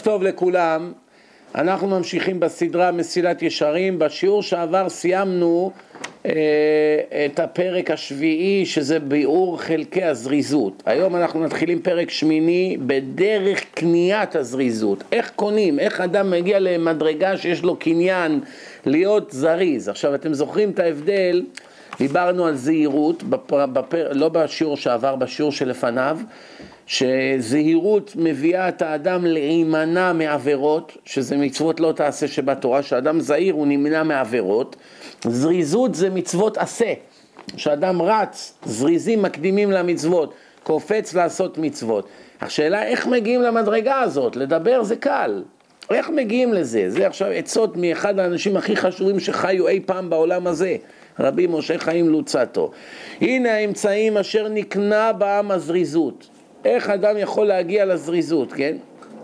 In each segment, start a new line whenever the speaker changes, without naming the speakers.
ערב טוב לכולם. אנחנו ממשיכים בסדרה מסילת ישרים. בשיעור שעבר סיימנו את הפרק השביעי, שזה ביאור חלקי הזריזות. היום אנחנו נתחילים פרק שמיני, בדרך קניית הזריזות. איך קונים, איך אדם מגיע למדרגה שיש לו קניין להיות זריז. עכשיו אתם זוכרים את ההבדל, דיברנו על זהירות, לא בשיעור שעבר, בשיעור שלפניו, שזהירות מביאה את האדם להימנע מעבירות, שזה מצוות לא תעשה שבתורה, שאדם זהיר הוא נמנע מעבירות. זריזות זה מצוות עשה, שאדם רץ, זריזים מקדימים למצוות, קופץ לעשות מצוות. השאלה איך מגיעים למדרגה הזאת, לדבר זה קל, איך מגיעים לזה? זה עכשיו עצות מאחד האנשים הכי חשובים שחיו אי פעם בעולם הזה, רבי משה חיים לוצאטו. הנה האמצעים אשר נקנה בעם הזריזות. איך אדם יכול להגיע לזריזות, כן?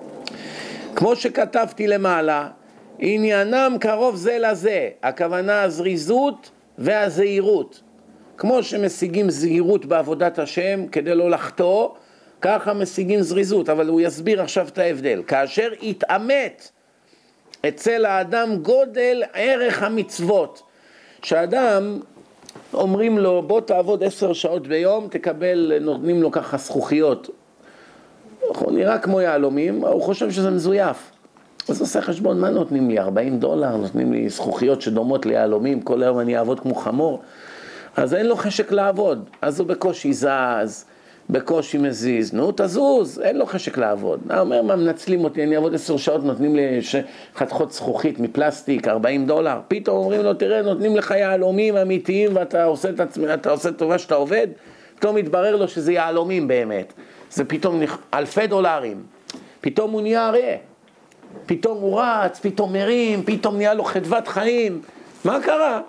כמו שכתבתי למעלה, עניינם קרוב זה לזה, הכוונה הזריזות והזהירות. כמו שמשיגים זהירות בעבודת השם כדי לא לחטוא, ככה משיגים זריזות, אבל הוא יסביר עכשיו את ההבדל. כאשר יתאמת אצל האדם גודל ערך המצוות, שאדם אומרים לו בוא תעבוד 10 שעות ביום, תקבל, נותנים לו ככה זכוכיות, הוא נראה כמו יהלומים, הוא חושב שזה מזויף, אז עושה חשבון, מה נותנים לי? $40, נותנים לי זכוכיות שדומות ליהלומים, כל היום אני אעבוד כמו חמור, אז אין לו חשק לעבוד, אז הוא בקושי זז, בקושי מזיז, נו תזוז, אין לו חשק לעבוד. הוא אומר, מה מנצלים אותי, אני אעבוד 10 שעות, נותנים לי חתיכות זכוכית מפלסטיק, $40, פתאום אומרים לו, תראה, נותנים לך יהלומים אמיתיים, ואתה עושה טובה שאתה עובד, פתאום מתברר לו שזה יהלומים באמת, זה פתאום $אלפי, פתאום הוא נהיה הרי, פתאום הוא רץ, פתאום מרים, פתאום נהיה לו חדוות חיים, מה קרה?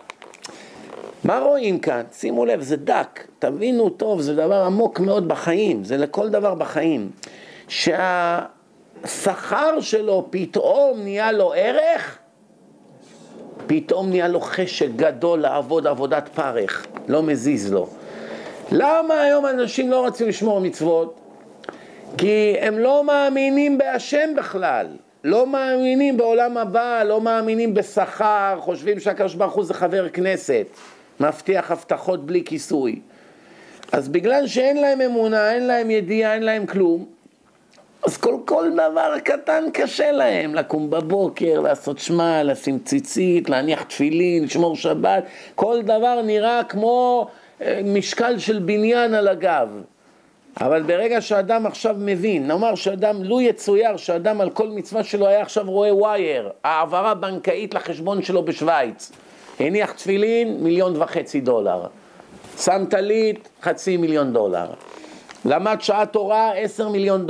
מה רואים כאן? שימו לב, זה דק, תבינו טוב, זה דבר עמוק מאוד בחיים, זה לכל דבר בחיים, שהשכר שלו פתאום נהיה לו ערך, פתאום נהיה לו חשק גדול לעבוד עבודת פרך, לא מזיז לו. למה היום אנשים לא רצים לשמור מצוות? כי הם לא מאמינים בהשם בכלל, לא מאמינים בעולם הבא, לא מאמינים בשכר, חושבים שהקדוש ברוך הוא זה חבר כנסת, מבטיח הבטחות בלי כיסוי. אז בגלל שאין להם אמונה, אין להם ידיעה, אין להם כלום, אז כל דבר קטן קשה להם, לקום בבוקר, לעשות שמע, לשים ציצית, להניח תפילין, לשמור שבת, כל דבר נראה כמו משקל של בניין על הגב. אבל ברגע שאדם עכשיו מבין, נאמר שאדם לא יצויר, שאדם על כל מצווה שלו היה עכשיו רואה ווייר, העברה בנקאית לחשבון שלו בשוויץ, הניח תפילין $1.5 מיליון, שם טלית $500,000, למד שעה תורה $10 מיליון,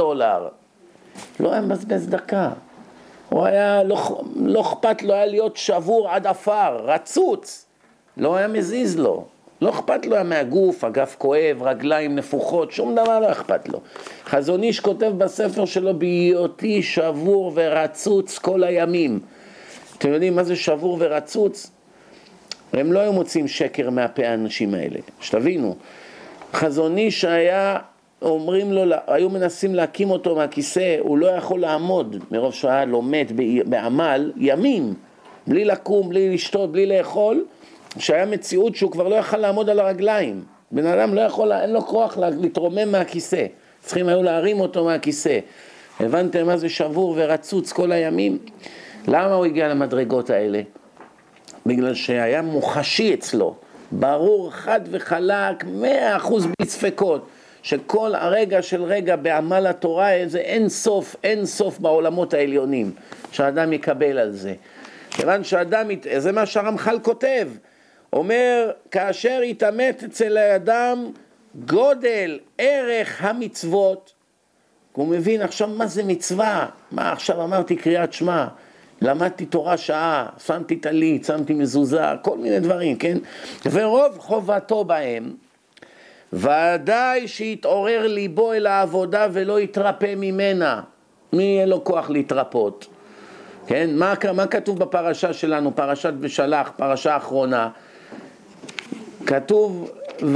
לא היה מבזבז דקה, הוא היה, לא אכפת לו היה להיות שבור עד אפר, רצוץ, לא היה מזיז לו, לא אכפת לו היה מהגוף, הגף כואב, רגליים נפוחות, שום דבר לא אכפת לו. חזון איש כותב בספר שלו, בהיותי שבור ורצוץ כל הימים. אתם יודעים מה זה שבור ורצוץ? הם לא היו מוצאים שקר מהפה האנשים האלה, שתבינו. חזון איש היה, אומרים לו, היו מנסים להקים אותו מהכיסא, הוא לא יכול לעמוד, מרוב שהוא היה לומד בעמל ימים, בלי לקום, בלי לשתות, בלי לאכול, שהיה מציאות שהוא כבר לא יכול לעמוד על הרגליים. בן אדם לא יכול, אין לו כוח להתרומם מהכיסא. צריכים היו להרים אותו מהכיסא. הבנתם מה זה שבור ורצוץ כל הימים? למה הוא הגיע למדרגות האלה? בגלל שהיה מוחשי אצלו. ברור, חד וחלק, 100% בלי ספקות. שכל הרגע של רגע בעמל התורה, זה אין סוף בעולמות העליונים. שהאדם יקבל על זה. כיוון שאדם, זה מה שהרמח"ל כותב. אומר, כאשר יתאמת אצל האדם גודל ערך המצוות, הוא מבין עכשיו מה זה מצווה, מה עכשיו אמרתי קריאת שמע, למדתי תורה שעה, שמתי טלית, שמתי מזוזה, כל מיני דברים, כן? ורוב חובתו בהם, ודאי שיתעורר ליבו אל העבודה ולא יתרפא ממנה. מי יהיה לו כוח להתרפות? כן? מה כתוב בפרשה שלנו, פרשת בשלח, פרשה האחרונה? כתוב,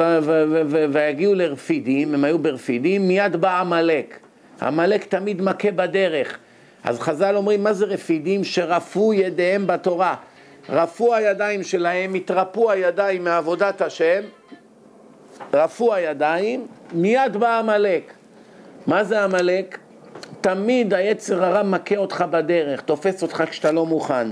והגיעו לרפידים, הם היו ברפידים, מיד בא עמלק. עמלק תמיד מכה בדרך. אז חז"ל אומרים, מה זה רפידים? שרפו ידיהם בתורה. רפו הידיים שלהם, התרפו הידיים מעבודת השם, רפו הידיים, מיד בא עמלק. מה זה עמלק? תמיד היצר הרע מכה אותך בדרך, תופס אותך כשאתה לא מוכן.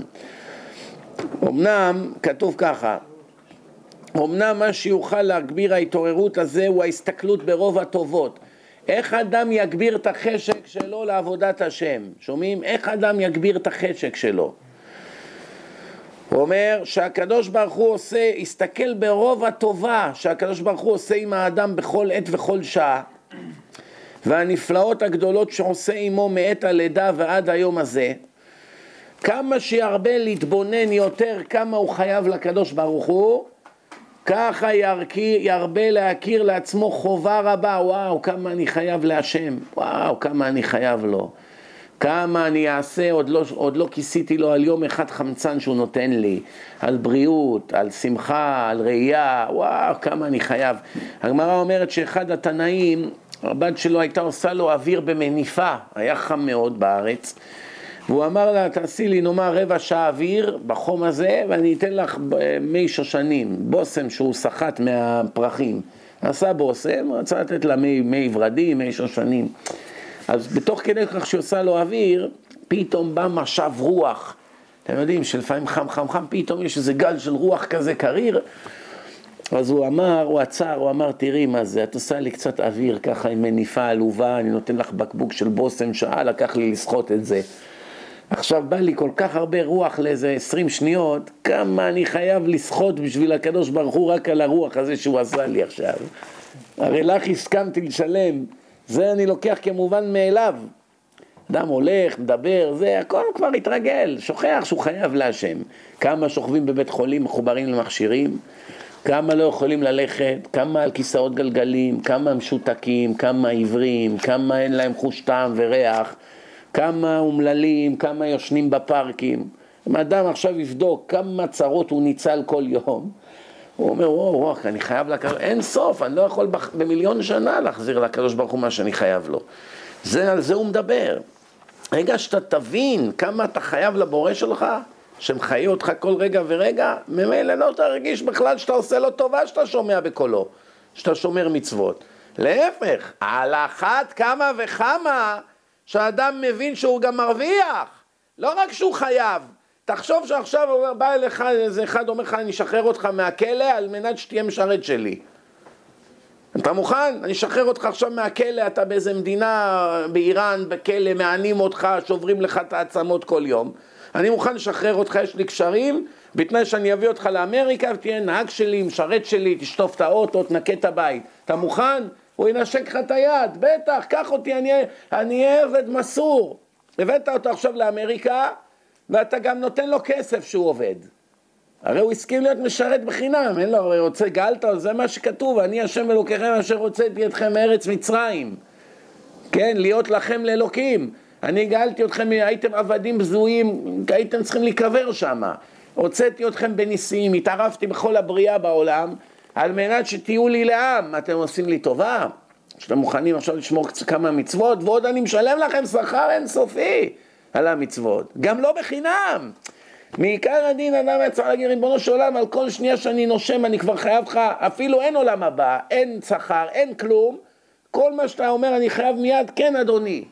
אמנם, כתוב ככה, אמנם מה שיוכל להגביר ההתעוררות הזה הוא ההסתכלות ברוב הטובות. איך אדם יגביר את החשק שלו לעבודת השם? שומעים? איך אדם יגביר את החשק שלו? הוא אומר שהקדוש ברוך הוא עושה, הסתכל ברוב הטובה שהקדוש ברוך הוא עושה עם האדם בכל עת וכל שעה, והנפלאות הגדולות שעושה עמו מעת הלידה ועד היום הזה, כמה שירבה להתבונן יותר כמה הוא חייב לקדוש ברוך הוא, ככה ירבה להכיר לעצמו חובה רבה. וואו, כמה אני חייב להשם, וואו, כמה אני חייב לו, כמה אני אעשה, עוד לא כיסיתי לו על יום אחד חמצן שהוא נותן לי, על בריאות, על שמחה, על ראייה, וואו, כמה אני חייב. הגמרא אומרת שאחד התנאים, הבת שלו הייתה עושה לו אוויר במניפה, היה חם מאוד בארץ, והוא אמר לה, תעשי לי נאמר רבע שעה אוויר בחום הזה, ואני אתן לך מי שושנים, בוסם שהוא סחט מהפרחים. עשה בוסם, רצה לתת לה מי ורדים, מי שושנים. אז בתוך כדי כך שעושה לו אוויר, פתאום בא משב רוח. אתם יודעים שלפעמים חם, פתאום יש איזה גל של רוח כזה קריר. אז הוא אמר, הוא עצר, הוא אמר, תראי מה זה, את עושה לי קצת אוויר ככה עם מניפה עלובה, אני נותן לך בקבוק של בוסם, שעה לקח לי לסחוט את זה. עכשיו בא לי כל כך הרבה רוח לאיזה 20 שניות, כמה אני חייב לסחוט בשביל הקדוש ברוך הוא רק על הרוח הזה שהוא עשה לי עכשיו. הרי לך הסכמתי לשלם, זה אני לוקח כמובן מאליו. אדם הולך, מדבר, זה הכל כבר התרגל, שוכח שהוא חייב להשם. כמה שוכבים בבית חולים מחוברים למכשירים, כמה לא יכולים ללכת, כמה על כיסאות גלגלים, כמה משותקים, כמה עיוורים, כמה אין להם חוש טעם וריח, כמה אומללים, כמה יושנים בפארקים. אם אדם עכשיו יבדוק כמה צרות הוא ניצל כל יום, הוא אומר, וואו, אני חייב לקדוש, אין סוף, אני לא יכול במיליון שנה להחזיר לקדוש ברוך הוא מה שאני חייב לו. על זה הוא מדבר. רגע שאתה תבין כמה אתה חייב לבורא שלך, שמחיה אותך כל רגע ורגע, ממילא לא תרגיש בכלל שאתה עושה לו טובה שאתה שומע בקולו, שאתה שומר מצוות. להפך, על אחת כמה וכמה שהאדם מבין שהוא גם מרוויח, לא רק שהוא חייב. תחשוב שעכשיו בא אליך איזה אחד אומר לך, אני אשחרר אותך מהכלא על מנת שתהיה משרת שלי. אתה מוכן? אני אשחרר אותך עכשיו מהכלא, אתה באיזה מדינה באיראן, בכלא, מענים אותך, שוברים לך את העצמות כל יום. אני מוכן לשחרר אותך, יש לי קשרים, בתנאי שאני אביא אותך לאמריקה ותהיה נהג שלי, משרת שלי, תשטוף את האוטו, תנקה את הבית. אתה מוכן? הוא ינשק לך את היד, בטח, קח אותי, אני אהיה עובד מסור. הבאת אותו עכשיו לאמריקה, ואתה גם נותן לו כסף שהוא עובד. הרי הוא הסכים להיות משרת בחינם, אין לו, הרי רוצה גלת, זה מה שכתוב, אני השם אלוקיכם אשר הוצאתי אתכם מארץ מצרים. כן, להיות לכם לאלוקים. אני גאלתי אתכם, הייתם עבדים בזויים, הייתם צריכים להיקבר שם. הוצאתי אתכם בניסים, התערבתי בכל הבריאה בעולם, על מנת שתהיו לי לעם. אתם עושים לי טובה? שאתם מוכנים עכשיו לשמור כמה מצוות, ועוד אני משלם לכם שכר אינסופי על המצוות. גם לא בחינם. מעיקר הדין אדם יצא להגיד, ריבונו של עולם, על כל שנייה שאני נושם אני כבר חייב לך, אפילו אין עולם הבא, אין שכר, אין כלום. כל מה שאתה אומר אני חייב מיד, כן אדוני.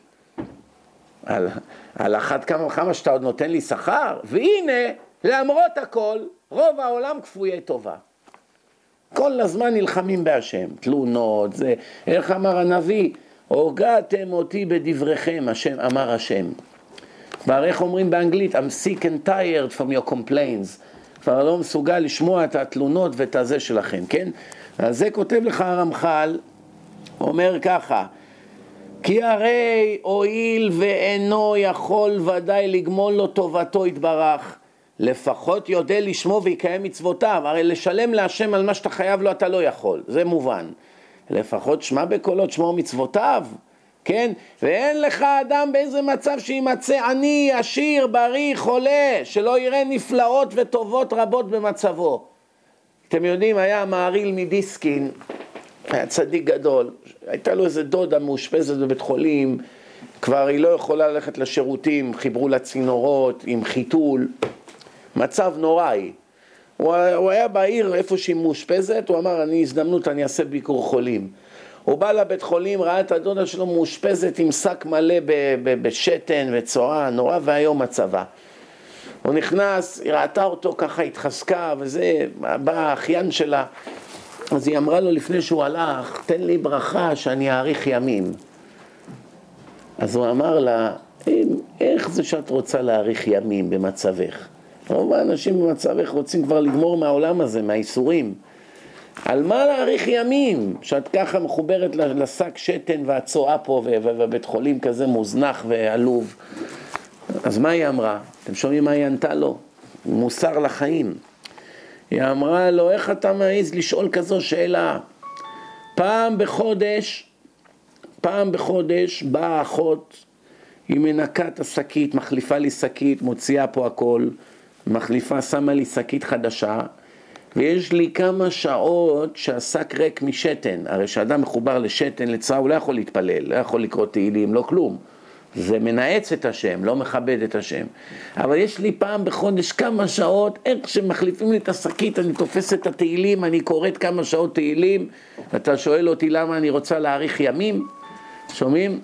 על אחת כמה וכמה שאתה עוד נותן לי שכר, והנה, למרות הכל, רוב העולם כפויי טובה. כל הזמן נלחמים בהשם, תלונות, זה, איך אמר הנביא, הורגעתם אותי בדבריכם, השם, אמר השם. כבר איך אומרים באנגלית, I'm sick and tired from your complaints, כבר לא מסוגל לשמוע את התלונות ואת הזה שלכם, כן? אז זה כותב לך הרמח"ל, אומר ככה, כי הרי הואיל ואינו יכול ודאי לגמול לו טובתו יתברך, לפחות יודע לשמו ויקיים מצוותיו. הרי לשלם להשם על מה שאתה חייב לו אתה לא יכול, זה מובן. לפחות שמע בקולות שמו מצוותיו, כן? ואין לך אדם באיזה מצב שימצא עני, עשיר, בריא, חולה, שלא יראה נפלאות וטובות רבות במצבו. אתם יודעים, היה המהריל מדיסקין, היה צדיק גדול, הייתה לו איזה דודה מאושפזת בבית חולים, כבר היא לא יכולה ללכת לשירותים, חיברו לצינורות עם חיתול, מצב נוראי. הוא היה בעיר איפה שהיא מאושפזת, הוא אמר, הזדמנות, אני אעשה ביקור חולים. הוא בא לבית חולים, ראה את הדודה שלו מאושפזת עם שק מלא בשתן וצואה, נורא והיום מצבה. הוא נכנס, היא ראתה אותו ככה, התחזקה, וזה, בא האחיין שלה. אז היא אמרה לו לפני שהוא הלך, תן לי ברכה שאני אאריך ימים. אז הוא אמר לה, איך זה שאת רוצה להאריך ימים במצבך? רוב האנשים במצבך רוצים כבר לגמור מהעולם הזה, מהאיסורים. על מה להאריך ימים? שאת ככה מחוברת לשק שתן והצואה פה, ובית חולים כזה מוזנח ועלוב. אז מה היא אמרה? אתם שומעים מה היא ענתה לו? מוסר לחיים. היא אמרה לו, איך אתה מעז לשאול כזו שאלה? פעם בחודש באה האחות, היא מנקה את השקית, מחליפה לי שקית, מוציאה פה הכל, מחליפה, שמה לי שקית חדשה, ויש לי כמה שעות שהשק ריק משתן. הרי שאדם מחובר לשתן, לצרה, הוא לא יכול להתפלל, לא יכול לקרוא תהילים, לא כלום. זה מנעץ את השם, לא מכבד את השם. אבל יש לי פעם בחודש כמה שעות, איך שמחליפים לי את השקית, אני תופס את התהילים, אני קוראת כמה שעות תהילים, ואתה שואל אותי למה אני רוצה להאריך ימים. שומעים?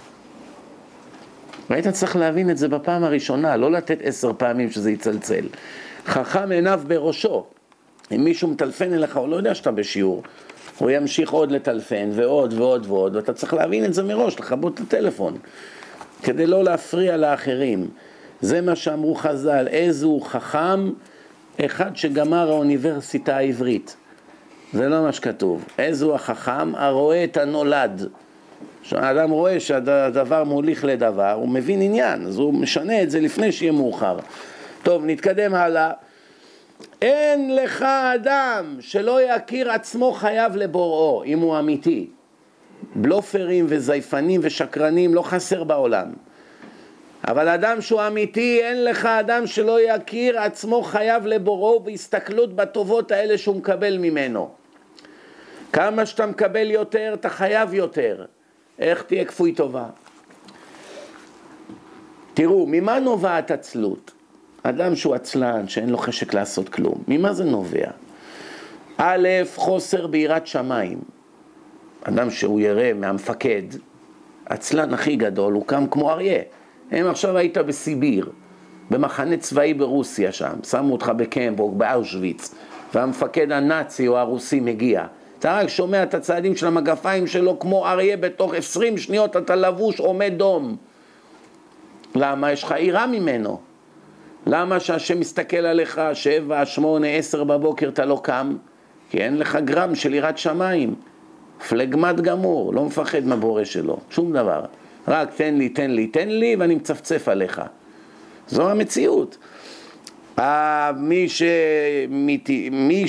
והיית צריך להבין את זה בפעם הראשונה, לא לתת 10 פעמים שזה יצלצל. חכם עיניו בראשו. אם מישהו מטלפן אליך, הוא לא יודע שאתה בשיעור. הוא ימשיך עוד לטלפן ועוד ועוד ועוד, ואתה צריך להבין את זה מראש, לכבות את הטלפון, כדי לא להפריע לאחרים. זה מה שאמרו חז"ל, איזו חכם אחד שגמר האוניברסיטה העברית. זה לא מה שכתוב. איזו החכם הרואה את הנולד. כשאדם רואה שהדבר מוליך לדבר, הוא מבין עניין, אז הוא משנה את זה לפני שיהיה מאוחר. טוב, נתקדם הלאה. אין לך אדם שלא יכיר עצמו חייב לבוראו, אם הוא אמיתי. בלופרים וזייפנים ושקרנים לא חסר בעולם. אבל אדם שהוא אמיתי, אין לך אדם שלא יכיר עצמו חייב לבוראו בהסתכלות בטובות האלה שהוא מקבל ממנו. כמה שאתה מקבל יותר, אתה חייב יותר. איך תהיה כפוי טובה? תראו, ממה נובעת עצלות? אדם שהוא עצלן, שאין לו חשק לעשות כלום. ממה זה נובע? א', חוסר ביראת שמיים. אדם שהוא ירא מהמפקד, עצלן הכי גדול, הוא קם כמו אריה. הם עכשיו היית בסיביר, במחנה צבאי ברוסיה שם, שמו אותך בקמפורג, באושוויץ, והמפקד הנאצי או הרוסי מגיע. אתה רק שומע את הצעדים של המגפיים שלו כמו אריה, בתוך 20 שניות אתה לבוש עומד דום. למה? יש לך עירה ממנו. למה שהשם מסתכל עליך 7, 8, 10 בבוקר אתה לא קם? כי אין לך גרם של יראת שמיים. פלגמט גמור, לא מפחד מהבורא שלו, שום דבר. רק תן לי, תן לי, תן לי, ואני מצפצף עליך. זו המציאות. מי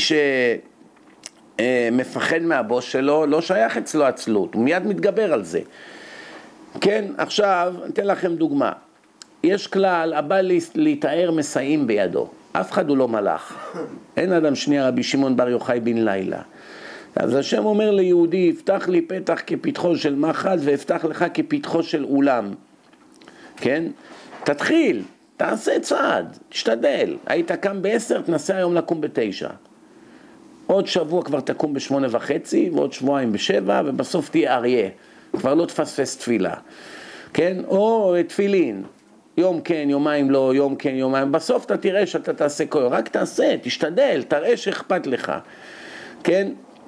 שמפחד מהבוס שלו, לא שייך אצלו עצלות, הוא מיד מתגבר על זה. כן, עכשיו, אתן לכם דוגמה. יש כלל, הבא להתאר מסעים בידו. אף אחד הוא לא מלאך. אין אדם שני רבי שמעון בר יוחאי בן לילה. אז השם אומר ליהודי, יפתח לי פתח כפתחו של מחט, ואפתח לך כפתחו של אולם. כן? תתחיל, תעשה צעד, תשתדל. היית קם ב10, תנסה היום לקום ב9. עוד שבוע כבר תקום ב8:30, ועוד שבועיים ב7, ובסוף תהיה אריה. כבר לא תפספס תפילה. כן? או תפילין. יום כן, יומיים לא, יום כן, יומיים. בסוף אתה תראה שאתה תעשה כל יום. רק תעשה, תשתדל, תראה שאכפת לך. כן?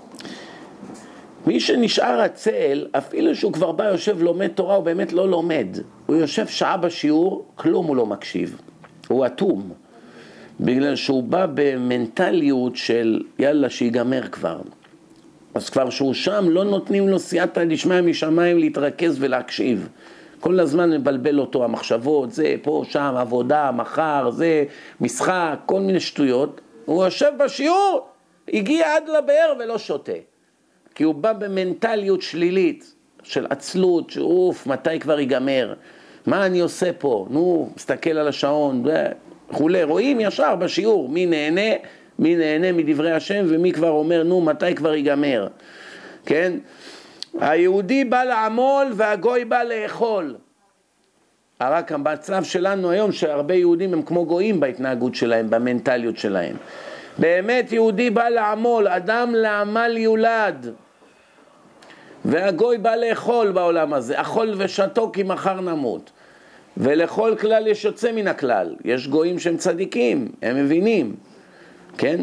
מי שנשאר הצל, אפילו שהוא כבר בא יושב לומד תורה, הוא באמת לא לומד. הוא יושב שעה בשיעור, כלום הוא לא מקשיב. הוא אטום. בגלל שהוא בא במנטליות של יאללה שיגמר כבר. אז כבר שהוא שם לא נותנים לו סייעתא דשמיא משמיים להתרכז ולהקשיב. כל הזמן מבלבל אותו המחשבות, זה פה, שם, עבודה, מחר, זה, משחק, כל מיני שטויות. הוא יושב בשיעור, הגיע עד לבאר ולא שותה. כי הוא בא במנטליות שלילית, של עצלות, שאוף, מתי כבר ייגמר? מה אני עושה פה? נו, מסתכל על השעון, וכולי. רואים ישר בשיעור, מי נהנה מדברי השם, ומי כבר אומר, נו, מתי כבר ייגמר? כן? היהודי בא לעמול והגוי בא לאכול. רק המצב שלנו היום שהרבה יהודים הם כמו גויים בהתנהגות שלהם, במנטליות שלהם. באמת יהודי בא לעמול, אדם לעמל יולד. והגוי בא לאכול בעולם הזה, אכול ושתו כי מחר נמות. ולכל כלל יש יוצא מן הכלל. יש גויים שהם צדיקים, הם מבינים, כן?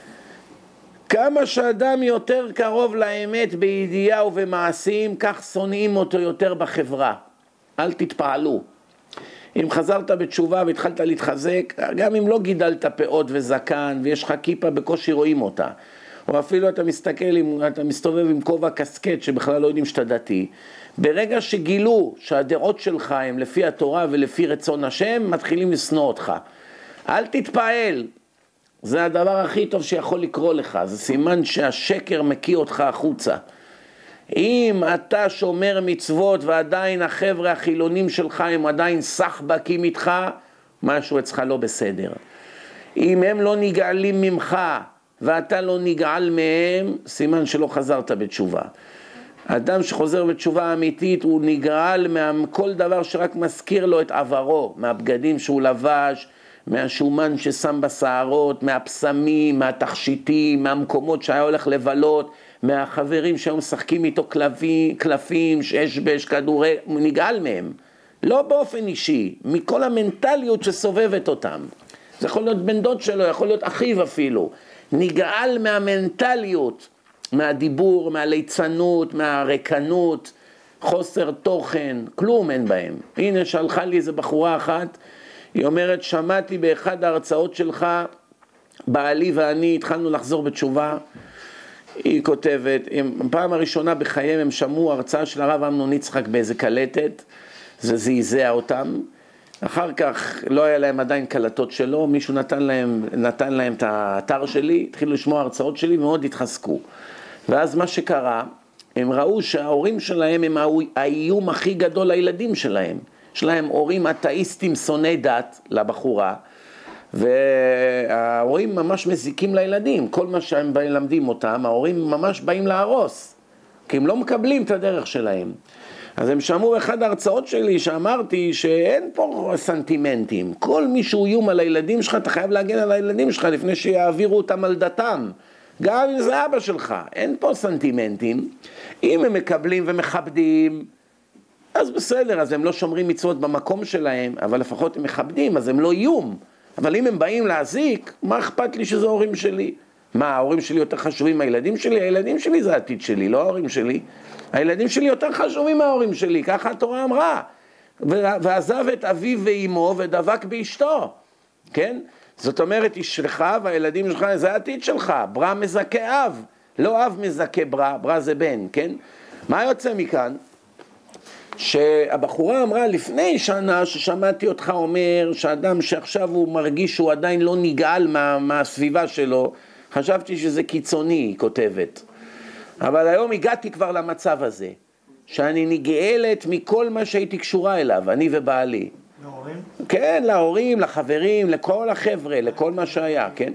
כמה שאדם יותר קרוב לאמת בידיעה ובמעשים, כך שונאים אותו יותר בחברה. אל תתפעלו. אם חזרת בתשובה והתחלת להתחזק, גם אם לא גידלת פאות וזקן ויש לך כיפה בקושי רואים אותה, או אפילו אתה מסתובב עם כובע קסקט שבכלל לא יודעים שאתה דתי, ברגע שגילו שהדעות שלך הם לפי התורה ולפי רצון השם, מתחילים לשנוא אותך. אל תתפעל, זה הדבר הכי טוב שיכול לקרוא לך, זה סימן שהשקר מקיא אותך החוצה. אם אתה שומר מצוות ועדיין החבר'ה החילונים שלך הם עדיין סחבקים איתך, משהו אצלך לא בסדר. אם הם לא נגעלים ממך ואתה לא נגעל מהם, סימן שלא חזרת בתשובה. אדם שחוזר בתשובה אמיתית הוא נגעל מכל דבר שרק מזכיר לו את עברו, מהבגדים שהוא לבש, מהשומן ששם בשערות, מהפסמים, מהתכשיטים, מהמקומות שהיה הולך לבלות, מהחברים שהיום משחקים איתו קלפים, שש כדורי, הוא נגעל מהם. לא באופן אישי, מכל המנטליות שסובבת אותם. זה יכול להיות בן דוד שלו, יכול להיות אחיו אפילו. נגעל מהמנטליות, מהדיבור, מהליצנות, מהרקנות, חוסר תוכן, כלום אין בהם. הנה שלחה לי איזו בחורה אחת, היא אומרת, שמעתי באחד ההרצאות שלך, בעלי ואני התחלנו לחזור בתשובה. היא כותבת, פעם הראשונה בחייהם הם שמעו הרצאה של הרב אמנון יצחק באיזה קלטת, זה זעזע אותם. אחר כך לא היה להם עדיין קלטות שלו, מישהו נתן להם את האתר שלי, התחילו לשמוע הרצאות שלי ומאוד התחזקו. ואז מה שקרה, הם ראו שההורים שלהם הם האיום הכי גדול לילדים שלהם. יש להם הורים אתאיסטים שונאי דת לבחורה, וההורים ממש מזיקים לילדים. כל מה שהם מלמדים אותם, ההורים ממש באים להרוס, כי הם לא מקבלים את הדרך שלהם. אז הם שמעו באחד ההרצאות שלי שאמרתי שאין פה סנטימנטים. כל מי שהוא איום על הילדים שלך, אתה חייב להגן על הילדים שלך לפני שיעבירו אותם על דתם. גם אם זה אבא שלך, אין פה סנטימנטים. אם הם מקבלים ומכבדים, אז בסדר, אז הם לא שומרים מצוות במקום שלהם, אבל לפחות הם מכבדים, אז הם לא איום. אבל אם הם באים להזיק, מה אכפת לי שזה ההורים שלי? מה, ההורים שלי יותר חשובים מהילדים שלי? הילדים שלי זה העתיד שלי, לא ההורים שלי. הילדים שלי יותר חשובים מההורים שלי, ככה התורה אמרה. ועזב את אביו ואימו ודבק באשתו, כן? זאת אומרת, אשתך והילדים שלך, זה העתיד שלך. ברא מזכה אב, לא אב מזכה ברא, ברא זה בן, כן? מה יוצא מכאן? שהבחורה אמרה לפני שנה ששמעתי אותך אומר שאדם שעכשיו הוא מרגיש שהוא עדיין לא נגעל מהסביבה שלו, חשבתי שזה קיצוני, היא כותבת. אבל היום הגעתי כבר למצב הזה, שאני נגאלת מכל מה שהייתי קשורה אליו, אני ובעלי.
להורים?
כן, להורים, לחברים, לכל החבר'ה, לכל מה שהיה, כן?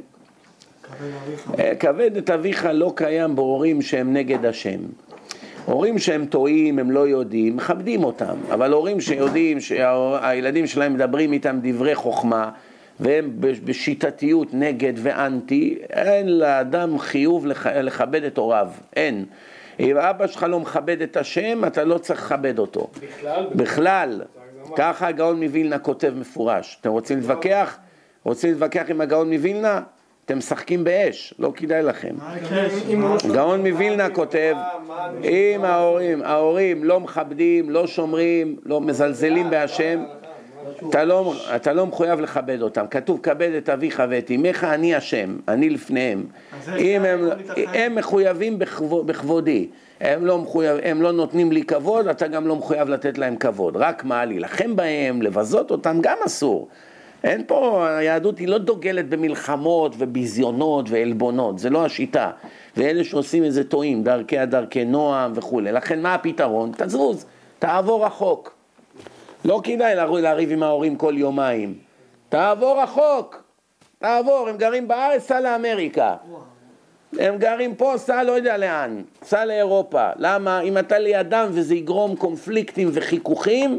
כבד את אביך לא קיים בהורים שהם נגד השם. הורים שהם טועים, הם לא יודעים, מכבדים אותם. אבל הורים שיודעים שהילדים שלהם מדברים איתם דברי חוכמה, והם בשיטתיות נגד ואנטי, אין לאדם חיוב לכבד את הוריו, אין. אם אבא שלך לא מכבד את השם, אתה לא צריך לכבד אותו. בכלל. ככה הגאון מווילנה כותב מפורש. אתם רוצים להתווכח? רוצים להתווכח עם הגאון מווילנה? אתם משחקים באש, לא כדאי לכם. גאון מווילנה כותב, אם ההורים לא מכבדים, לא שומרים, לא מזלזלים בהשם, אתה לא מחויב לכבד אותם. כתוב, כבד את אביך ואת אמך, אני השם, אני לפניהם. אם הם מחויבים בכבודי, הם לא נותנים לי כבוד, אתה גם לא מחויב לתת להם כבוד. רק מה להילחם בהם, לבזות אותם, גם אסור. אין פה, היהדות היא לא דוגלת במלחמות וביזיונות ואלבונות, זה לא השיטה. ואלה שעושים איזה טועים, דרכי נועם וכו'. לכן מה הפתרון? תזוז, תעבור רחוק. לא כדאי לריב עם ההורים כל יומיים. תעבור רחוק, תעבור, הם גרים בארץ, סע לאמריקה. הם גרים פה, סע לא יודע לאן, סע לאירופה. למה? אם אתה לידם וזה יגרום קונפליקטים וחיכוכים,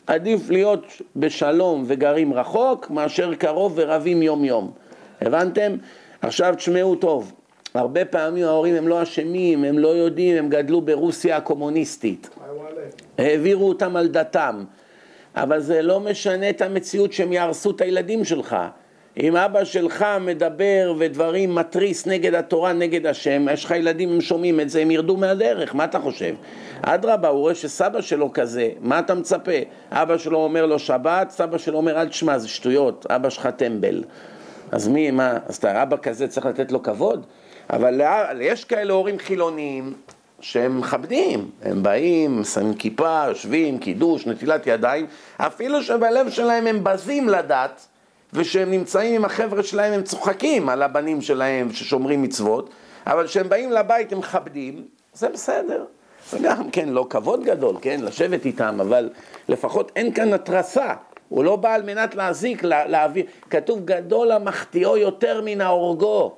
עדיף להיות בשלום וגרים רחוק, מאשר קרוב ורבים יום יום. הבנתם? עכשיו תשמעו טוב. הרבה פעמים ההורים הם לא אשמים, הם לא יודעים, הם גדלו ברוסיה הקומוניסטית. העבירו אותם על דתם. אבל זה לא משנה את המציאות שהם יהרסו את הילדים שלך. אם אבא שלך מדבר ודברים מטריס נגד התורה, נגד השם, יש לך ילדים, הם שומעים את זה, הם ירדו מהדרך, מה אתה חושב? אדרבה, הוא רואה שסבא שלו כזה, מה אתה מצפה? אבא שלו אומר לו שבת, סבא שלו אומר אל תשמע, זה שטויות, אבא שלך טמבל. אז אז אתה אבא כזה צריך לתת לו כבוד? אבל יש כאלה הורים חילוניים שהם מכבדים, הם באים, שמים כיפה, יושבים, קידוש, נטילת ידיים, אפילו שבלב שלהם הם בזים לדת, ושהם נמצאים עם החבר'ה שלהם, הם צוחקים על הבנים שלהם ששומרים מצוות, אבל כשהם באים לבית הם מכבדים, זה בסדר. זה גם כן לא כבוד גדול, כן, לשבת איתם, אבל לפחות אין כאן התרסה. הוא לא בא על מנת להזיק, להעביר. כתוב גדול המחטיאו יותר מן ההורגו.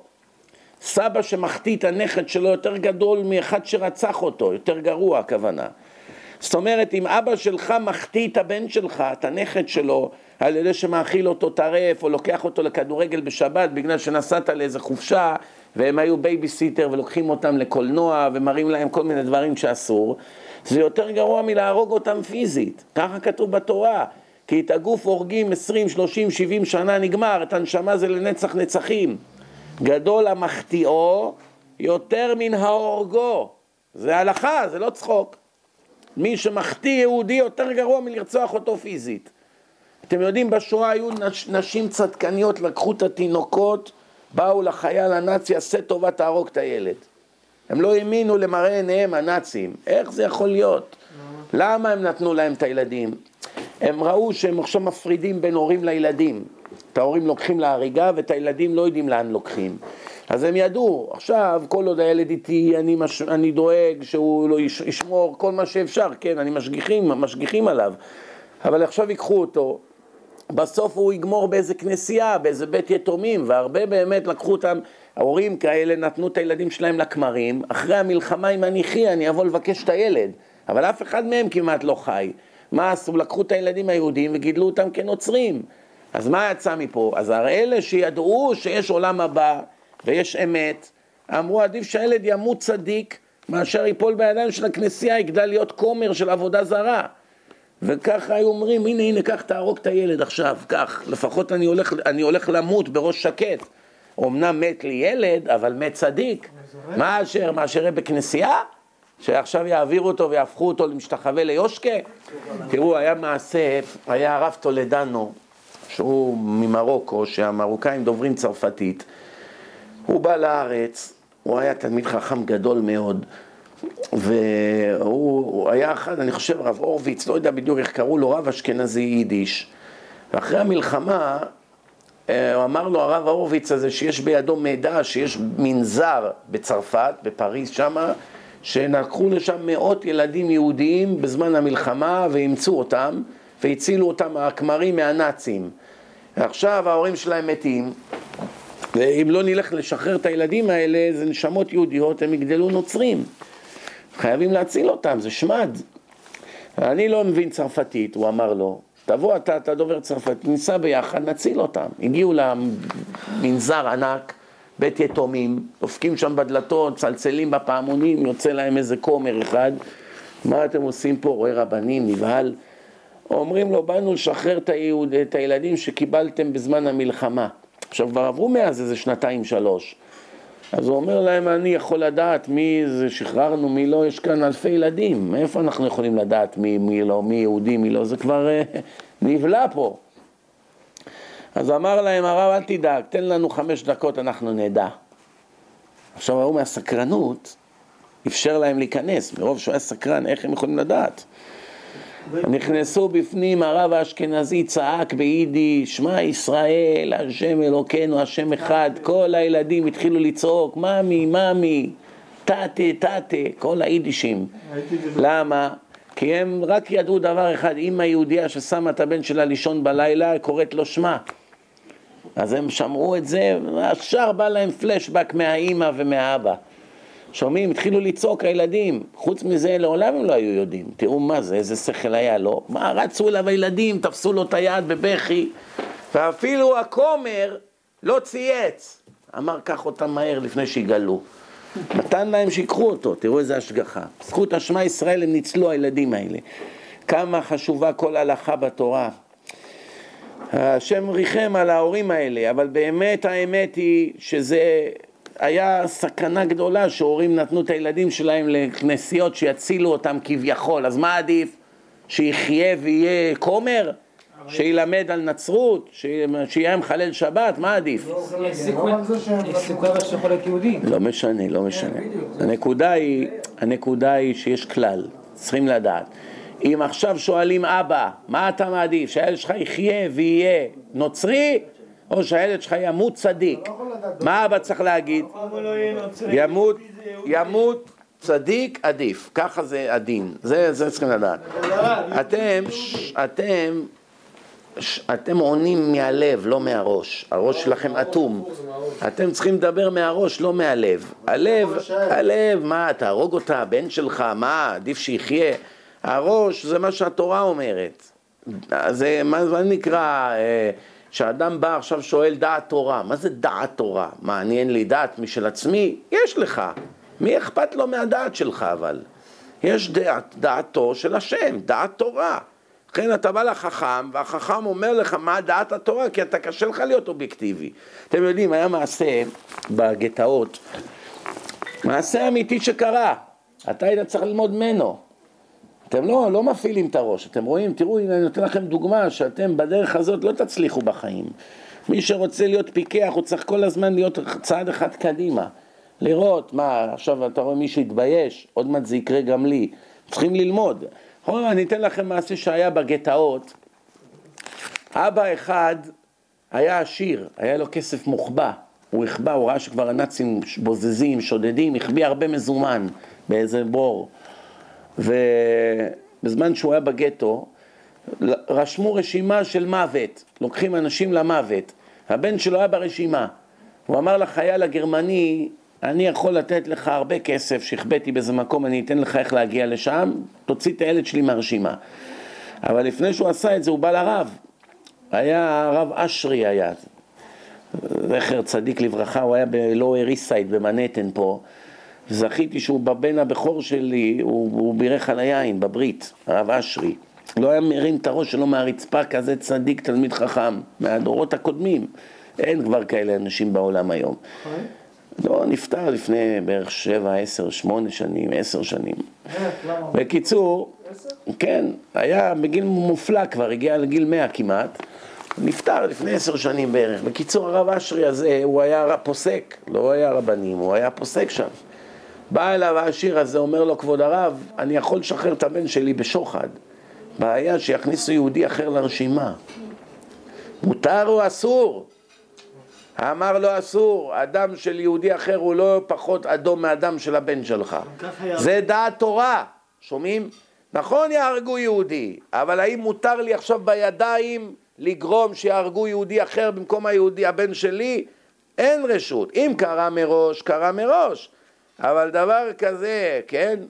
סבא שמחטיא את הנכד שלו יותר גדול מאחד שרצח אותו, יותר גרוע הכוונה. זאת אומרת, אם אבא שלך מחטיא את הבן שלך, את הנכד שלו, על ידי שמאכיל אותו טרף, או לוקח אותו לכדורגל בשבת, בגלל שנסעת לאיזה חופשה, והם היו בייביסיטר, ולוקחים אותם לקולנוע, ומראים להם כל מיני דברים שאסור, זה יותר גרוע מלהרוג אותם פיזית. ככה כתוב בתורה. כי את הגוף הורגים 20, 30, 70 שנה נגמר, את הנשמה זה לנצח נצחים. גדול המחטיאו יותר מן ההורגו. זה הלכה, זה לא צחוק. מי שמחטיא יהודי יותר גרוע מלרצוח אותו פיזית. אתם יודעים, בשואה היו נשים צדקניות, לקחו את התינוקות, באו לחייל הנאצי, עשה טובה תהרוג את הילד. הם לא האמינו למראה עיניהם הנאצים. איך זה יכול להיות? למה הם נתנו להם את הילדים? הם ראו שהם עכשיו מפרידים בין הורים לילדים. את ההורים לוקחים להריגה ואת הילדים לא יודעים לאן לוקחים. אז הם ידעו, עכשיו כל עוד הילד איתי, אני דואג שהוא לא ישמור כל מה שאפשר, כן, אני משגיחים עליו. אבל עכשיו ייקחו אותו, בסוף הוא יגמור באיזה כנסייה, באיזה בית יתומים, והרבה באמת לקחו אותם, ההורים כאלה נתנו את הילדים שלהם לכמרים, אחרי המלחמה אם אני חי, אני אבוא לבקש את הילד, אבל אף אחד מהם כמעט לא חי. מה עשו? לקחו את הילדים היהודים וגידלו אותם כנוצרים. אז מה יצא מפה? אז אלה שידעו שיש עולם הבא ויש אמת, אמרו עדיף שהילד ימות צדיק מאשר ייפול בידיים של הכנסייה, יגדל להיות כומר של עבודה זרה. וככה היו אומרים, הנה, כך תהרוג את הילד עכשיו, כך, לפחות אני הולך למות בראש שקט. אמנם מת לי ילד, אבל מת צדיק. מאשר בכנסייה? שעכשיו יעבירו אותו ויהפכו אותו למשתחווה ליושקה? תראו, היה מעשה, היה הרב טולדנו, שהוא ממרוקו, שהמרוקאים דוברים צרפתית. הוא בא לארץ, הוא היה תלמיד חכם גדול מאוד, והוא היה אחד, אני חושב, רב אורוויץ, לא יודע בדיוק איך קראו לו, רב אשכנזי יידיש. ואחרי המלחמה, הוא אמר לו הרב אורוויץ הזה שיש בידו מידע שיש מנזר בצרפת, בפריז שמה, שנקחו לשם מאות ילדים יהודיים בזמן המלחמה והמצאו אותם והצילו אותם הכמרים מהנאצים. עכשיו ההורים שלהם מתים, ואם לא נלך לשחרר את הילדים האלה, זה נשמות יהודיות, הם יגדלו נוצרים. חייבים להציל אותם, זה שמד. אני לא מבין צרפתית, הוא אמר לו, תבוא אתה דובר צרפתית, ניסע ביחד, נציל אותם. הגיעו למנזר ענק, בית יתומים, דופקים שם בדלתות, צלצלים בפעמונים, יוצא להם איזה כומר אחד. מה אתם עושים פה? רואה רבנים, נבהל. אומרים לו, באנו לשחרר את הילדים שקיבלתם בזמן המלחמה. עכשיו כבר עברו מאז איזה 2-3. אז הוא אומר להם, אני יכול לדעת מי זה שחררנו, מי לא, יש כאן אלפי ילדים. מאיפה אנחנו יכולים לדעת מי לא, מי יהודי, מי לא? זה כבר נבלע פה. אז אמר להם, הרב, אל תדאג, תן לנו 5 דקות, אנחנו נדע. עכשיו הוא מהסקרנות, אפשר להם להיכנס, מרוב שהוא היה סקרן, איך הם יכולים לדעת? נכנסו בפנים, הרב האשכנזי צעק ביידיש, שמע ישראל, השם אלוקינו, השם אחד, כל הילדים התחילו לצעוק, ממי, תתה, כל היידישים. למה? כי הם רק ידעו דבר אחד, אמא יהודיה ששמה את הבן שלה לישון בלילה, קוראת לו שמה. אז הם שמעו את זה, השאר בא להם פלשבק מהאמא ומהאבא. שומעים? התחילו לצעוק הילדים. חוץ מזה, לעולם הם לא היו יודעים. תראו מה זה, איזה שכל היה לו. מה, רצו אליו הילדים, תפסו לו את היד בבכי. ואפילו הכומר לא צייץ. אמר, קח אותם מהר לפני שיגלו. נתן להם שיקחו אותו, תראו איזה השגחה. זכות השמה ישראל הם ניצלו הילדים האלה. כמה חשובה כל הלכה בתורה. השם ריחם על ההורים האלה, אבל באמת האמת היא שזה היה סכנה גדולה שהורים נתנו את הילדים שלהם לכנסיות שיצילו אותם כביכול. אז מה עדיף? שיחיה ויהיה כומר? שילמד על נצרות? שיהיה מחלל שבת? מה עדיף?
יש סיכוי אבל שיכול להיות יהודי.
לא משנה, לא משנה. הנקודה היא שיש כלל, צריכים לדעת. אם עכשיו שואלים אבא, מה אתה מעדיף? שהילד שלך יחיה ויהיה נוצרי, או שהילד שלך ימות צדיק? מה אבא צריך להגיד? ימות צדיק עדיף, ככה זה הדין, זה צריכים לדעת. אתם עונים מהלב, לא מהראש. הראש שלכם אטום. אתם צריכים לדבר מהראש, לא מהלב. הלב, מה, תהרוג אותה, הבן שלך, מה, עדיף שיחיה. הראש זה מה שהתורה אומרת. זה מה נקרא, שאדם בא עכשיו שואל דעת תורה. מה זה דעת תורה? מה, אני אין לי דעת משל עצמי? יש לך. מי אכפת לו מהדעת שלך אבל? יש דעתו של השם, דעת תורה. לכן אתה בא לחכם, והחכם אומר לך מה דעת התורה, כי אתה קשה לך להיות אובייקטיבי. אתם יודעים, היה מעשה בגטאות, מעשה אמיתי שקרה. אתה היית צריך ללמוד ממנו. אתם לא מפעילים את הראש. אתם רואים, תראו, אני נותן לכם דוגמה, שאתם בדרך הזאת לא תצליחו בחיים. מי שרוצה להיות פיקח, הוא צריך כל הזמן להיות צעד אחד קדימה. לראות, מה, עכשיו אתה רואה מישהו התבייש, עוד מעט זה יקרה גם לי. צריכים ללמוד. אני אתן לכם מעשה שהיה בגטאות. אבא אחד היה עשיר, היה לו כסף מוחבא. הוא החבא, הוא ראה שכבר הנאצים בוזזים, שודדים, החביא הרבה מזומן באיזה בור. ובזמן שהוא היה בגטו, רשמו רשימה של מוות, לוקחים אנשים למוות. הבן שלו היה ברשימה. הוא אמר לחייל הגרמני, אני יכול לתת לך הרבה כסף, שכבתי באיזה מקום, אני אתן לך איך להגיע לשם, תוציא את הילד שלי מהרשימה. אבל לפני שהוא עשה את זה, הוא בא לרב. היה הרב אשרי היה. זכר צדיק לברכה, הוא היה בלואוור איסט סייד, במנהטן פה. זכיתי שהוא בבן הבכור שלי, הוא בירך על היין, בברית, הרב אשרי. לא היה מרים את הראש שלו מהרצפה, כזה צדיק, תלמיד חכם, מהדורות הקודמים. אין כבר כאלה אנשים בעולם היום. לא, נפטר לפני בערך 7, 10, 8 שנים, 10 שנים. בקיצור, כן, היה בגיל מופלא כבר, הגיע לגיל 100 כמעט, נפטר לפני 10 שנים בערך. בקיצור, הרב אשרי הזה, הוא היה פוסק, לא היה רבנים, הוא היה פוסק שם. בא אליו העשיר הזה, אומר לו, כבוד הרב, אני יכול לשחרר את הבן שלי בשוחד. בעיה שיכניסו יהודי אחר לרשימה. מותר או אסור? אמר לו אסור, אדם של יהודי אחר הוא לא פחות אדום מאדם של הבן שלך. זה דעת תורה, שומעים? נכון יהרגו יהודי, אבל האם מותר לי עכשיו בידיים לגרום שיהרגו יהודי אחר במקום היהודי הבן שלי? אין רשות. אם קרה מראש, קרה מראש. אבל דבר כזה, כן?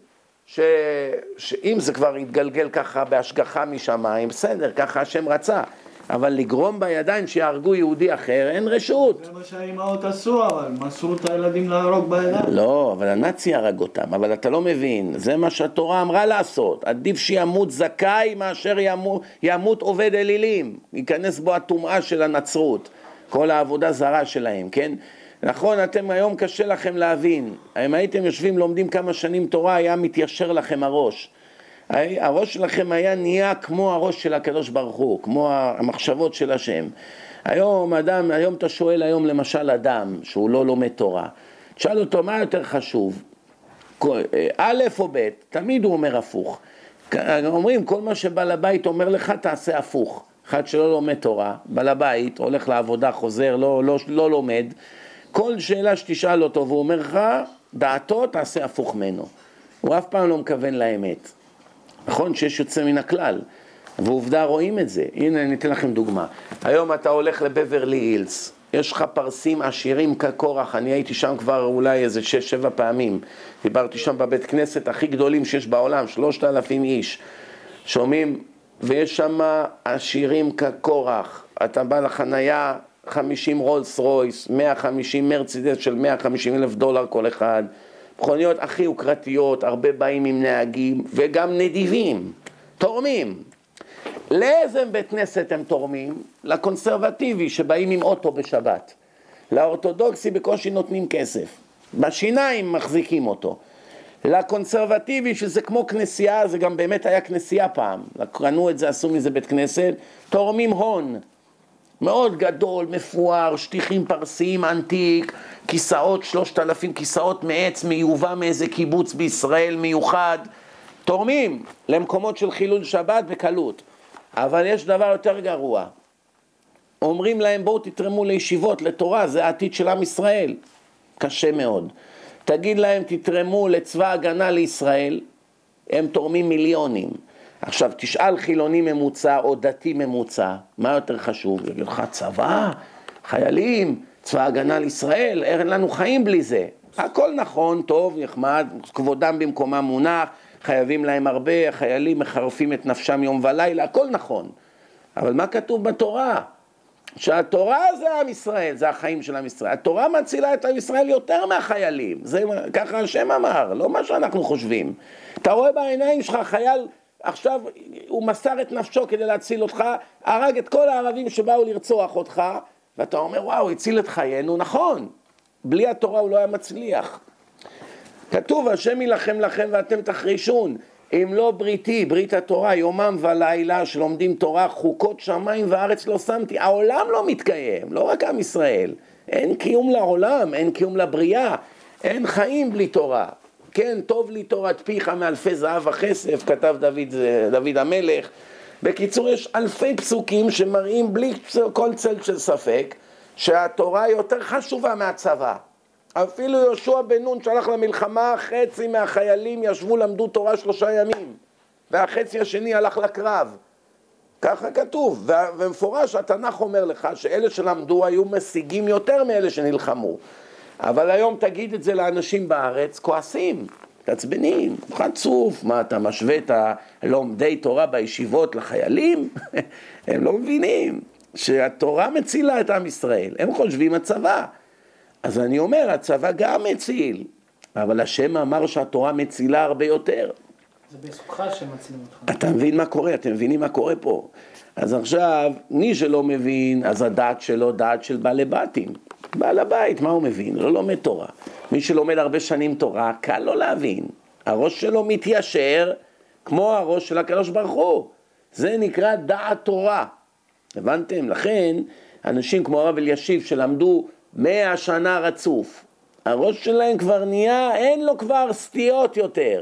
שאם זה כבר יתגלגל ככה בהשגחה משמיים, בסדר, ככה השם רצה. אבל לגרום בידיים שיהרגו יהודי אחר, אין רשות.
זה מה שהאימהות עשו, אבל מסרו את הילדים להרוג בידיים.
לא, אבל הנאצי הרג אותם, אבל אתה לא מבין, זה מה שהתורה אמרה לעשות. עדיף שימות זכאי מאשר ימות עובד אלילים. ייכנס בו הטומאה של הנצרות, כל העבודה זרה שלהם, כן? נכון, אתם היום קשה לכם להבין. אם הייתם יושבים לומדים כמה שנים תורה, היה מתיישר לכם הראש. הראש שלכם היה נהיה כמו הראש של הקדוש ברוך הוא, כמו המחשבות של השם. היום אתה שואל היום למשל אדם שהוא לא לומד תורה, תשאל אותו מה יותר חשוב, א' או ב', תמיד הוא אומר הפוך. אומרים כל מה שבעל הבית אומר לך תעשה הפוך. אחד שלא לומד תורה, בעל הבית הולך לעבודה, חוזר, לא לומד, כל שאלה שתשאל אותו והוא אומר לך, דעתו תעשה הפוך ממנו. הוא אף פעם לא מכוון לאמת. נכון שיש יוצא מן הכלל, ועובדה רואים את זה. הנה אני אתן לכם דוגמה. היום אתה הולך לבברלי הילס, יש לך פרסים עשירים כקורח, אני הייתי שם כבר אולי איזה 6-7 פעמים, דיברתי שם בבית כנסת הכי גדולים שיש בעולם, 3,000 איש, שומעים? ויש שם עשירים כקורח, אתה בא לחנייה, 50 רולס רויס, 150 מרצדס של $150,000 כל אחד, מכוניות הכי יוקרתיות, הרבה באים עם נהגים וגם נדיבים, תורמים. לאיזה בית כנסת הם תורמים? לקונסרבטיבי שבאים עם אוטו בשבת. לאורתודוקסי בקושי נותנים כסף. בשיניים מחזיקים אותו. לקונסרבטיבי שזה כמו כנסייה, זה גם באמת היה כנסייה פעם. קרנו את זה, עשו מזה בית כנסת. תורמים הון. מאוד גדול, מפואר, שטיחים פרסיים, אנטיק, כיסאות, 3,000 כיסאות מעץ, מיובא מאיזה קיבוץ בישראל מיוחד. תורמים למקומות של חילול שבת בקלות. אבל יש דבר יותר גרוע. אומרים להם בואו תתרמו לישיבות, לתורה, זה העתיד של עם ישראל. קשה מאוד. תגיד להם תתרמו לצבא הגנה לישראל, הם תורמים מיליונים. עכשיו תשאל חילוני ממוצע או דתי ממוצע, מה יותר חשוב? יגיד לך צבא, חיילים, צבא הגנה לישראל, אין לנו חיים בלי זה. הכל נכון, טוב, נחמד, כבודם במקומם מונח, חייבים להם הרבה, החיילים מחרפים את נפשם יום ולילה, הכל נכון. אבל מה כתוב בתורה? שהתורה זה עם ישראל, זה החיים של עם ישראל. התורה מצילה את עם ישראל יותר מהחיילים. זה ככה השם אמר, לא מה שאנחנו חושבים. אתה רואה בעיניים שלך חייל, עכשיו הוא מסר את נפשו כדי להציל אותך, הרג את כל הערבים שבאו לרצוח אותך, ואתה אומר וואו, הציל את חיינו, נכון. בלי התורה הוא לא היה מצליח. כתוב, השם ילחם לכם ואתם תחרישון. אם לא בריתי, ברית התורה, יומם ולילה, שלומדים תורה, חוקות שמיים וארץ לא שמתי. העולם לא מתקיים, לא רק עם ישראל. אין קיום לעולם, אין קיום לבריאה, אין חיים בלי תורה. כן, טוב לי תורת פיך מאלפי זהב וכסף, כתב דוד המלך. בקיצור, יש אלפי פסוקים שמראים בלי כל צל של ספק, שהתורה יותר חשובה מהצבא. אפילו יהושע בן נון שהלך למלחמה, חצי מהחיילים ישבו למדו תורה 3 ימים, והחצי השני הלך לקרב. ככה כתוב, ומפורש התנ"ך אומר לך שאלה שלמדו היו משיגים יותר מאלה שנלחמו. אבל היום תגיד את זה לאנשים בארץ, כועסים, תעצבנים, חצוף, מה אתה משווה את הלומדי תורה בישיבות לחיילים? הם לא מבינים שהתורה מצילה את עם ישראל, הם חושבים הצבא. אז אני אומר, הצבא גם מציל, אבל השם אמר שהתורה מצילה הרבה יותר.
זה בזכותך שמצילים אותך.
אתה מבין מה קורה, אתם מבינים מה קורה פה. אז עכשיו, מי שלא מבין, אז הדעת שלו דעת של בעלי בתים. בעל הבית, מה הוא מבין? לא לומד תורה. מי שלומד הרבה שנים תורה, קל לא להבין. הראש שלו מתיישר כמו הראש של הקדוש ברוך הוא. זה נקרא דעת תורה. הבנתם? לכן, אנשים כמו הרב אלישיב שלמדו 100 שנה רצוף, הראש שלהם כבר נהיה, אין לו כבר סטיות יותר.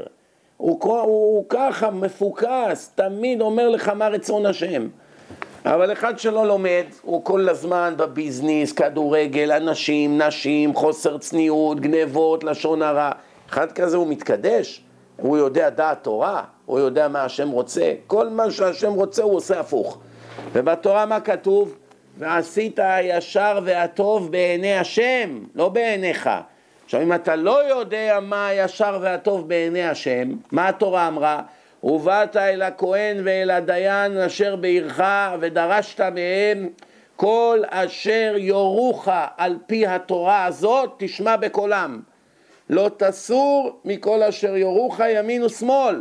הוא ככה מפוקס, תמיד אומר לך מה רצון השם. אבל אחד שלא לומד, הוא כל הזמן בביזניס, כדורגל, אנשים, נשים, חוסר צניעות, גנבות, לשון הרע. אחד כזה הוא מתקדש, הוא יודע דעת תורה, הוא יודע מה השם רוצה. כל מה שהשם רוצה הוא עושה הפוך. ובתורה מה כתוב? ועשית הישר והטוב בעיני השם, לא בעיניך. עכשיו אם אתה לא יודע מה הישר והטוב בעיני השם, מה התורה אמרה? ובאת אל הכהן ואל הדיין אשר בעירך ודרשת מהם כל אשר יורוך על פי התורה הזאת תשמע בקולם. לא תסור מכל אשר יורוך ימין ושמאל.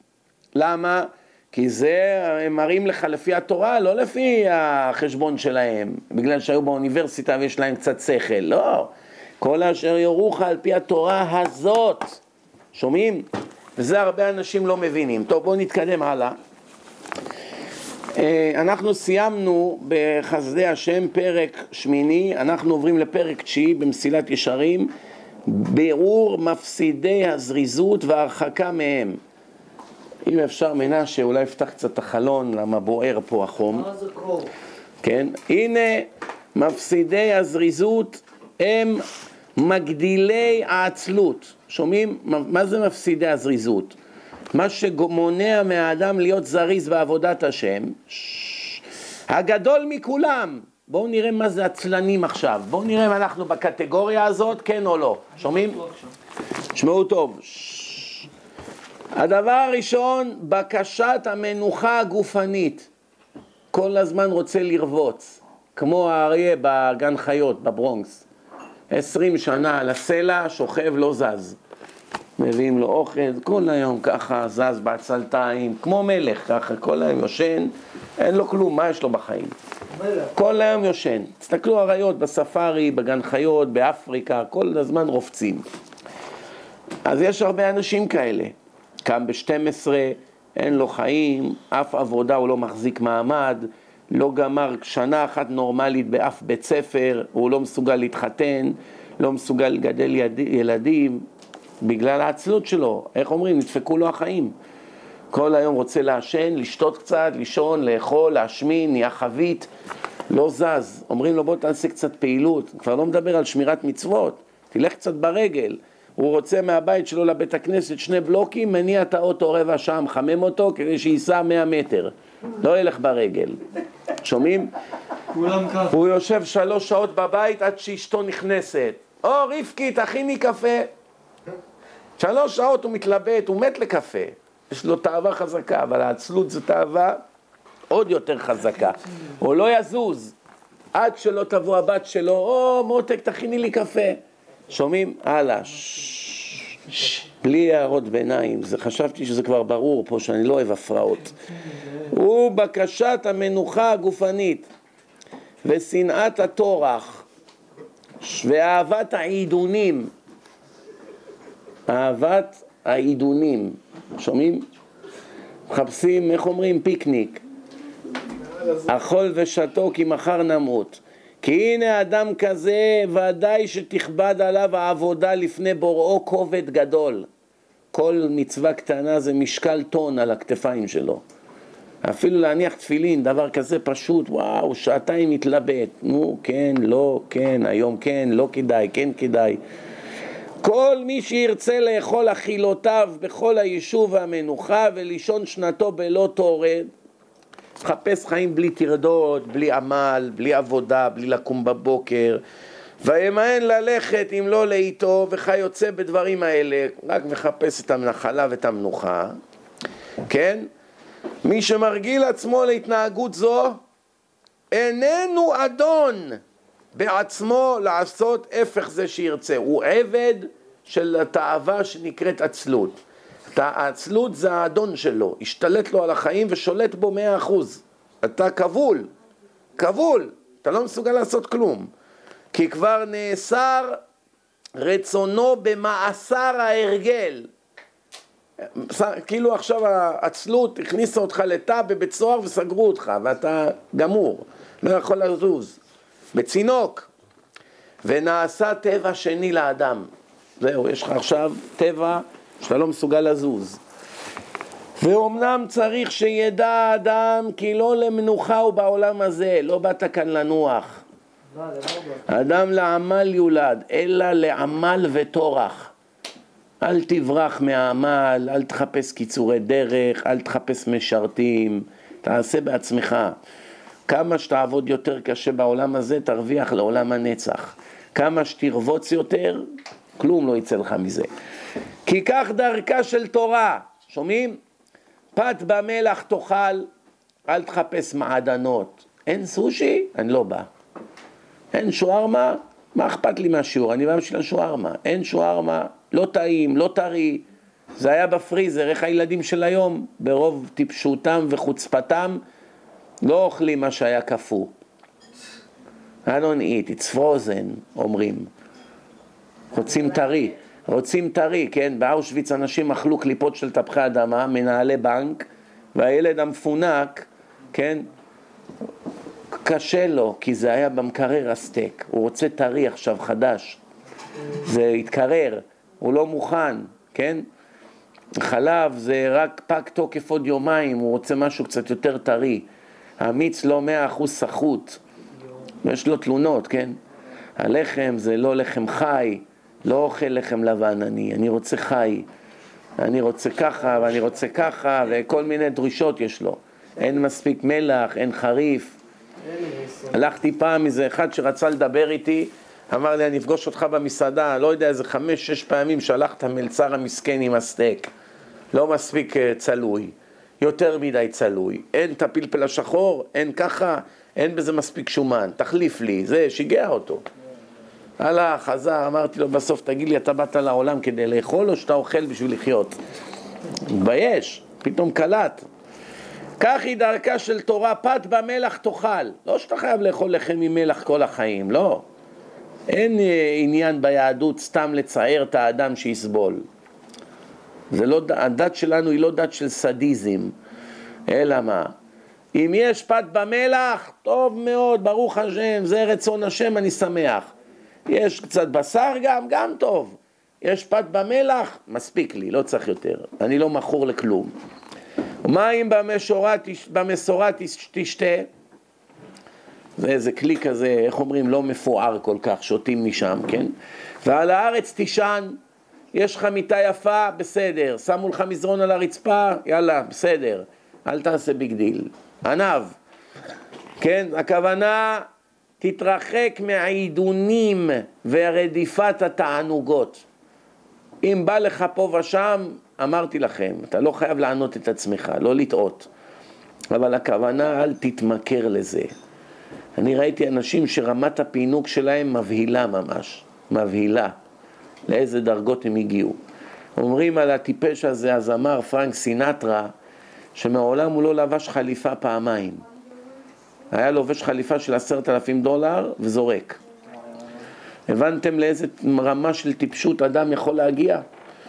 למה? כי זה הם מראים לך לפי התורה, לא לפי החשבון שלהם, בגלל שהיו באוניברסיטה ויש להם קצת שכל, לא. כל אשר יורוך על פי התורה הזאת, שומעים? וזה הרבה אנשים לא מבינים. טוב, בואו נתקדם הלאה. אנחנו סיימנו בחסדי השם פרק 8, אנחנו עוברים לפרק 9 במסילת ישרים, בירור מפסידי הזריזות והרחקה מהם. אם אפשר מנשה, אולי יפתח קצת החלון, למה בוער פה החום.
מה זה קור?
כן, הנה מפסידי הזריזות הם מגדילי העצלות. שומעים? מה זה מפסידי הזריזות? מה שמונע מהאדם להיות זריז בעבודת השם. הגדול מכולם, בואו נראה מה זה עצלנים עכשיו. בואו נראה אם אנחנו בקטגוריה הזאת, כן או לא. שומעים? שמעו טוב. הדבר הראשון, בקשת המנוחה הגופנית. כל הזמן רוצה לרבוץ, כמו האריה בגן חיות, בברונקס. 20 שנה על הסלע, שוכב לא זז. מביאים לו אוכל, כל היום ככה זז בעצלתיים, כמו מלך, ככה כל היום יושן, אין לו כלום, מה יש לו בחיים? כל היום יושן. תסתכלו אריות בספארי, בגן חיות, באפריקה, כל הזמן רופצים. אז יש הרבה אנשים כאלה. קם ב-12, אין לו חיים, אף עבודה הוא לא מחזיק מעמד, לא גמר שנה אחת נורמלית באף בית ספר, הוא לא מסוגל להתחתן, לא מסוגל לגדל ילדים, בגלל העצלות שלו. איך אומרים? נדפקו לו החיים. כל היום רוצה לעשן, לשתות קצת, לישון, לאכול, להשמין, נהיה חבית, לא זז. אומרים לו בוא תעשה קצת פעילות, כבר לא מדבר על שמירת מצוות, תלך קצת ברגל. הוא רוצה מהבית שלו לבית הכנסת 2 בלוקים, מניע את האוטו רבע שעה, מחמם אותו כדי שייסע 100 מטר. לא ילך ברגל. שומעים? הוא יושב 3 שעות בבית עד שאשתו נכנסת. רבקי, תכיני קפה. 3 שעות הוא מתלבט, הוא מת לקפה. יש לו תאווה חזקה, אבל העצלות זו תאווה עוד יותר חזקה. הוא לא יזוז עד שלא תבוא הבת שלו, מותק, תכיני לי קפה. שומעים? הלאה. בלי הערות ביניים. חשבתי שזה כבר ברור פה שאני לא אוהב הפרעות. הוא בקשת המנוחה הגופנית ושנאת התורח ואהבת העידונים. אהבת העידונים. שומעים? מחפשים, איך אומרים? פיקניק. אכול ושתו כי מחר נמות. כי הנה אדם כזה ודאי שתכבד עליו העבודה לפני בוראו כובד גדול. כל מצווה קטנה זה משקל טון על הכתפיים שלו. אפילו להניח תפילין, דבר כזה פשוט, וואו, 2 שעתיים מתלבט. נו, כן, לא, כן, היום כן, לא כדאי, כן כדאי. כל מי שירצה לאכול אכילותיו בכל היישוב והמנוחה ולישון שנתו בלא תורד, חפש חיים בלי תרדות, בלי עמל, בלי עבודה, בלי לקום בבוקר, וימאן ללכת אם לא לאיתו וכיוצא בדברים האלה, רק מחפש את הנחלה ואת המנוחה, כן? מי שמרגיל עצמו להתנהגות זו, איננו אדון בעצמו לעשות הפך זה שירצה, הוא עבד של התאווה שנקראת עצלות. העצלות זה האדון שלו, השתלט לו על החיים ושולט בו 100%. אתה כבול, אתה לא מסוגל לעשות כלום. כי כבר נאסר רצונו במאסר ההרגל. כאילו עכשיו העצלות הכניסה אותך לתא בבית סוהר וסגרו אותך, ואתה גמור, לא יכול לזוז. בצינוק. ונעשה טבע שני לאדם. זהו, יש לך עכשיו טבע שאתה לא מסוגל לזוז. ואומנם צריך שידע האדם כי לא למנוחה הוא בעולם הזה, לא באת כאן לנוח. האדם לעמל יולד, אלא לעמל וטורח. אל תברח מהעמל, אל תחפש קיצורי דרך, אל תחפש משרתים, תעשה בעצמך. כמה שתעבוד יותר קשה בעולם הזה, תרוויח לעולם הנצח. כמה שתרבוץ יותר, כלום לא יצא לך מזה. כי כך דרכה של תורה, שומעים? פת במלח תאכל, אל תחפש מעדנות. אין סושי? אני לא בא. אין שוארמה? מה אכפת לי מהשיעור? אני בא בשביל השוארמה. אין שוארמה, לא טעים, לא טרי. זה היה בפריזר, איך הילדים של היום, ברוב טיפשותם וחוצפתם, לא אוכלים מה שהיה קפוא. I don't eat, it's frozen, אומרים. רוצים טרי, כן? באושוויץ אנשים אכלו קליפות של תפוחי אדמה, מנהלי בנק, והילד המפונק, כן? קשה לו, כי זה היה במקרר הסטייק. הוא רוצה טרי עכשיו, חדש. זה התקרר, הוא לא מוכן, כן? חלב זה רק פג תוקף עוד יומיים, הוא רוצה משהו קצת יותר טרי. המיץ לא 100% סחוט. יש לו תלונות, כן? הלחם זה לא לחם חי, לא אוכל לחם לבן אני רוצה חי. אני רוצה ככה ואני רוצה ככה, וכל מיני דרישות יש לו. אין מספיק מלח, אין חריף. הלכתי פעם איזה אחד שרצה לדבר איתי, אמר לי אני אפגוש אותך במסעדה, לא יודע איזה 5-6 פעמים שלחת מלצר המסכן עם הסטייק, לא מספיק צלוי, יותר מדי צלוי, אין את הפלפל השחור, אין ככה, אין בזה מספיק שומן, תחליף לי, זה שיגע אותו. הלך, חזר, אמרתי לו בסוף, תגיד לי, אתה באת לעולם כדי לאכול או שאתה אוכל בשביל לחיות? מתבייש, פתאום קלט. כך היא דרכה של תורה, פת במלח תאכל. לא שאתה חייב לאכול לחם עם מלח כל החיים, לא. אין עניין ביהדות סתם לצער את האדם שיסבול. זה לא, הדת שלנו היא לא דת של סדיזם, אלא מה? אם יש פת במלח, טוב מאוד, ברוך השם, זה רצון השם, אני שמח. יש קצת בשר גם טוב. יש פת במלח, מספיק לי, לא צריך יותר. אני לא מכור לכלום. מים במסורה תשתה. זה איזה כלי כזה, איך אומרים, לא מפואר כל כך, שותים משם, כן? ועל הארץ תישן, יש לך מיטה יפה, בסדר. שמו לך מזרון על הרצפה, יאללה, בסדר. אל תעשה ביג דיל. ענב, כן? הכוונה, תתרחק מהעידונים ורדיפת התענוגות. אם בא לך פה ושם, אמרתי לכם, אתה לא חייב לענות את עצמך, לא לטעות. אבל הכוונה, אל תתמכר לזה. אני ראיתי אנשים שרמת הפינוק שלהם מבהילה ממש, מבהילה. לאיזה דרגות הם הגיעו. אומרים על הטיפש הזה, הזמר פרנק סינטרה, שמעולם הוא לא לבש חליפה פעמיים. היה לובש חליפה של $10,000 וזורק. הבנתם לאיזה רמה של טיפשות אדם יכול להגיע?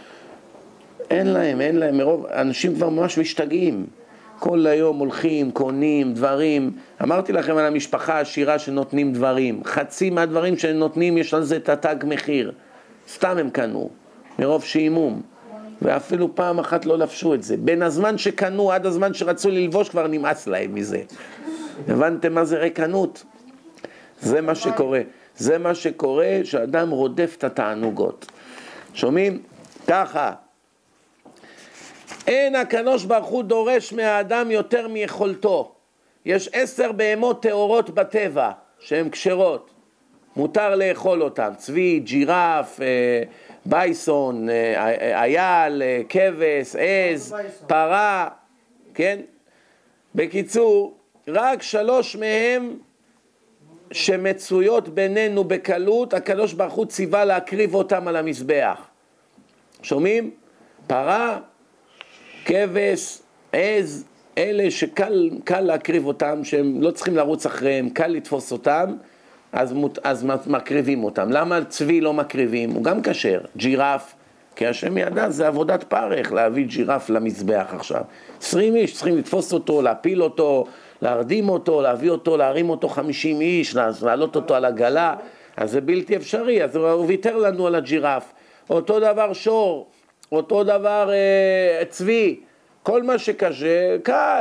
אין להם, מרוב, אנשים כבר ממש משתגעים. כל היום הולכים, קונים, דברים. אמרתי לכם על המשפחה העשירה שנותנים דברים. חצי מהדברים שנותנים יש על זה את התג מחיר. סתם הם קנו, מרוב שעימום. ואפילו פעם אחת לא לבשו את זה. בין הזמן שקנו עד הזמן שרצו ללבוש כבר נמאס להם מזה. הבנתם מה זה ריקנות? זה מה שקורה. זה מה שקורה שאדם רודף את התענוגות. שומעים? ככה. אין הקדוש ברוך הוא דורש מהאדם יותר מיכולתו. יש 10 בהמות טהורות בטבע שהן כשרות. מותר לאכול אותן. צבי, ג'ירף, בייסון, אייל, כבש, עז, פרה, כן? בקיצור, רק 3 מהם שמצויות בינינו בקלות, הקדוש ברוך הוא ציווה להקריב אותם על המזבח. שומעים? פרה, כבש, עז, אלה שקל להקריב אותם, שהם לא צריכים לרוץ אחריהם, קל לתפוס אותם, אז מקריבים אותם. למה צבי לא מקריבים? הוא גם כשר. ג'ירף, כי השם ידע, זה עבודת פרך, להביא ג'ירף למזבח עכשיו. 20 איש צריכים לתפוס אותו, להפיל אותו, להרדים אותו, להביא אותו, להרים אותו 50 איש, להעלות אותו על הגלה, אז זה בלתי אפשרי, אז הוא ויתר לנו על הג'ירף. אותו דבר שור, אותו דבר צבי, כל מה שקשה,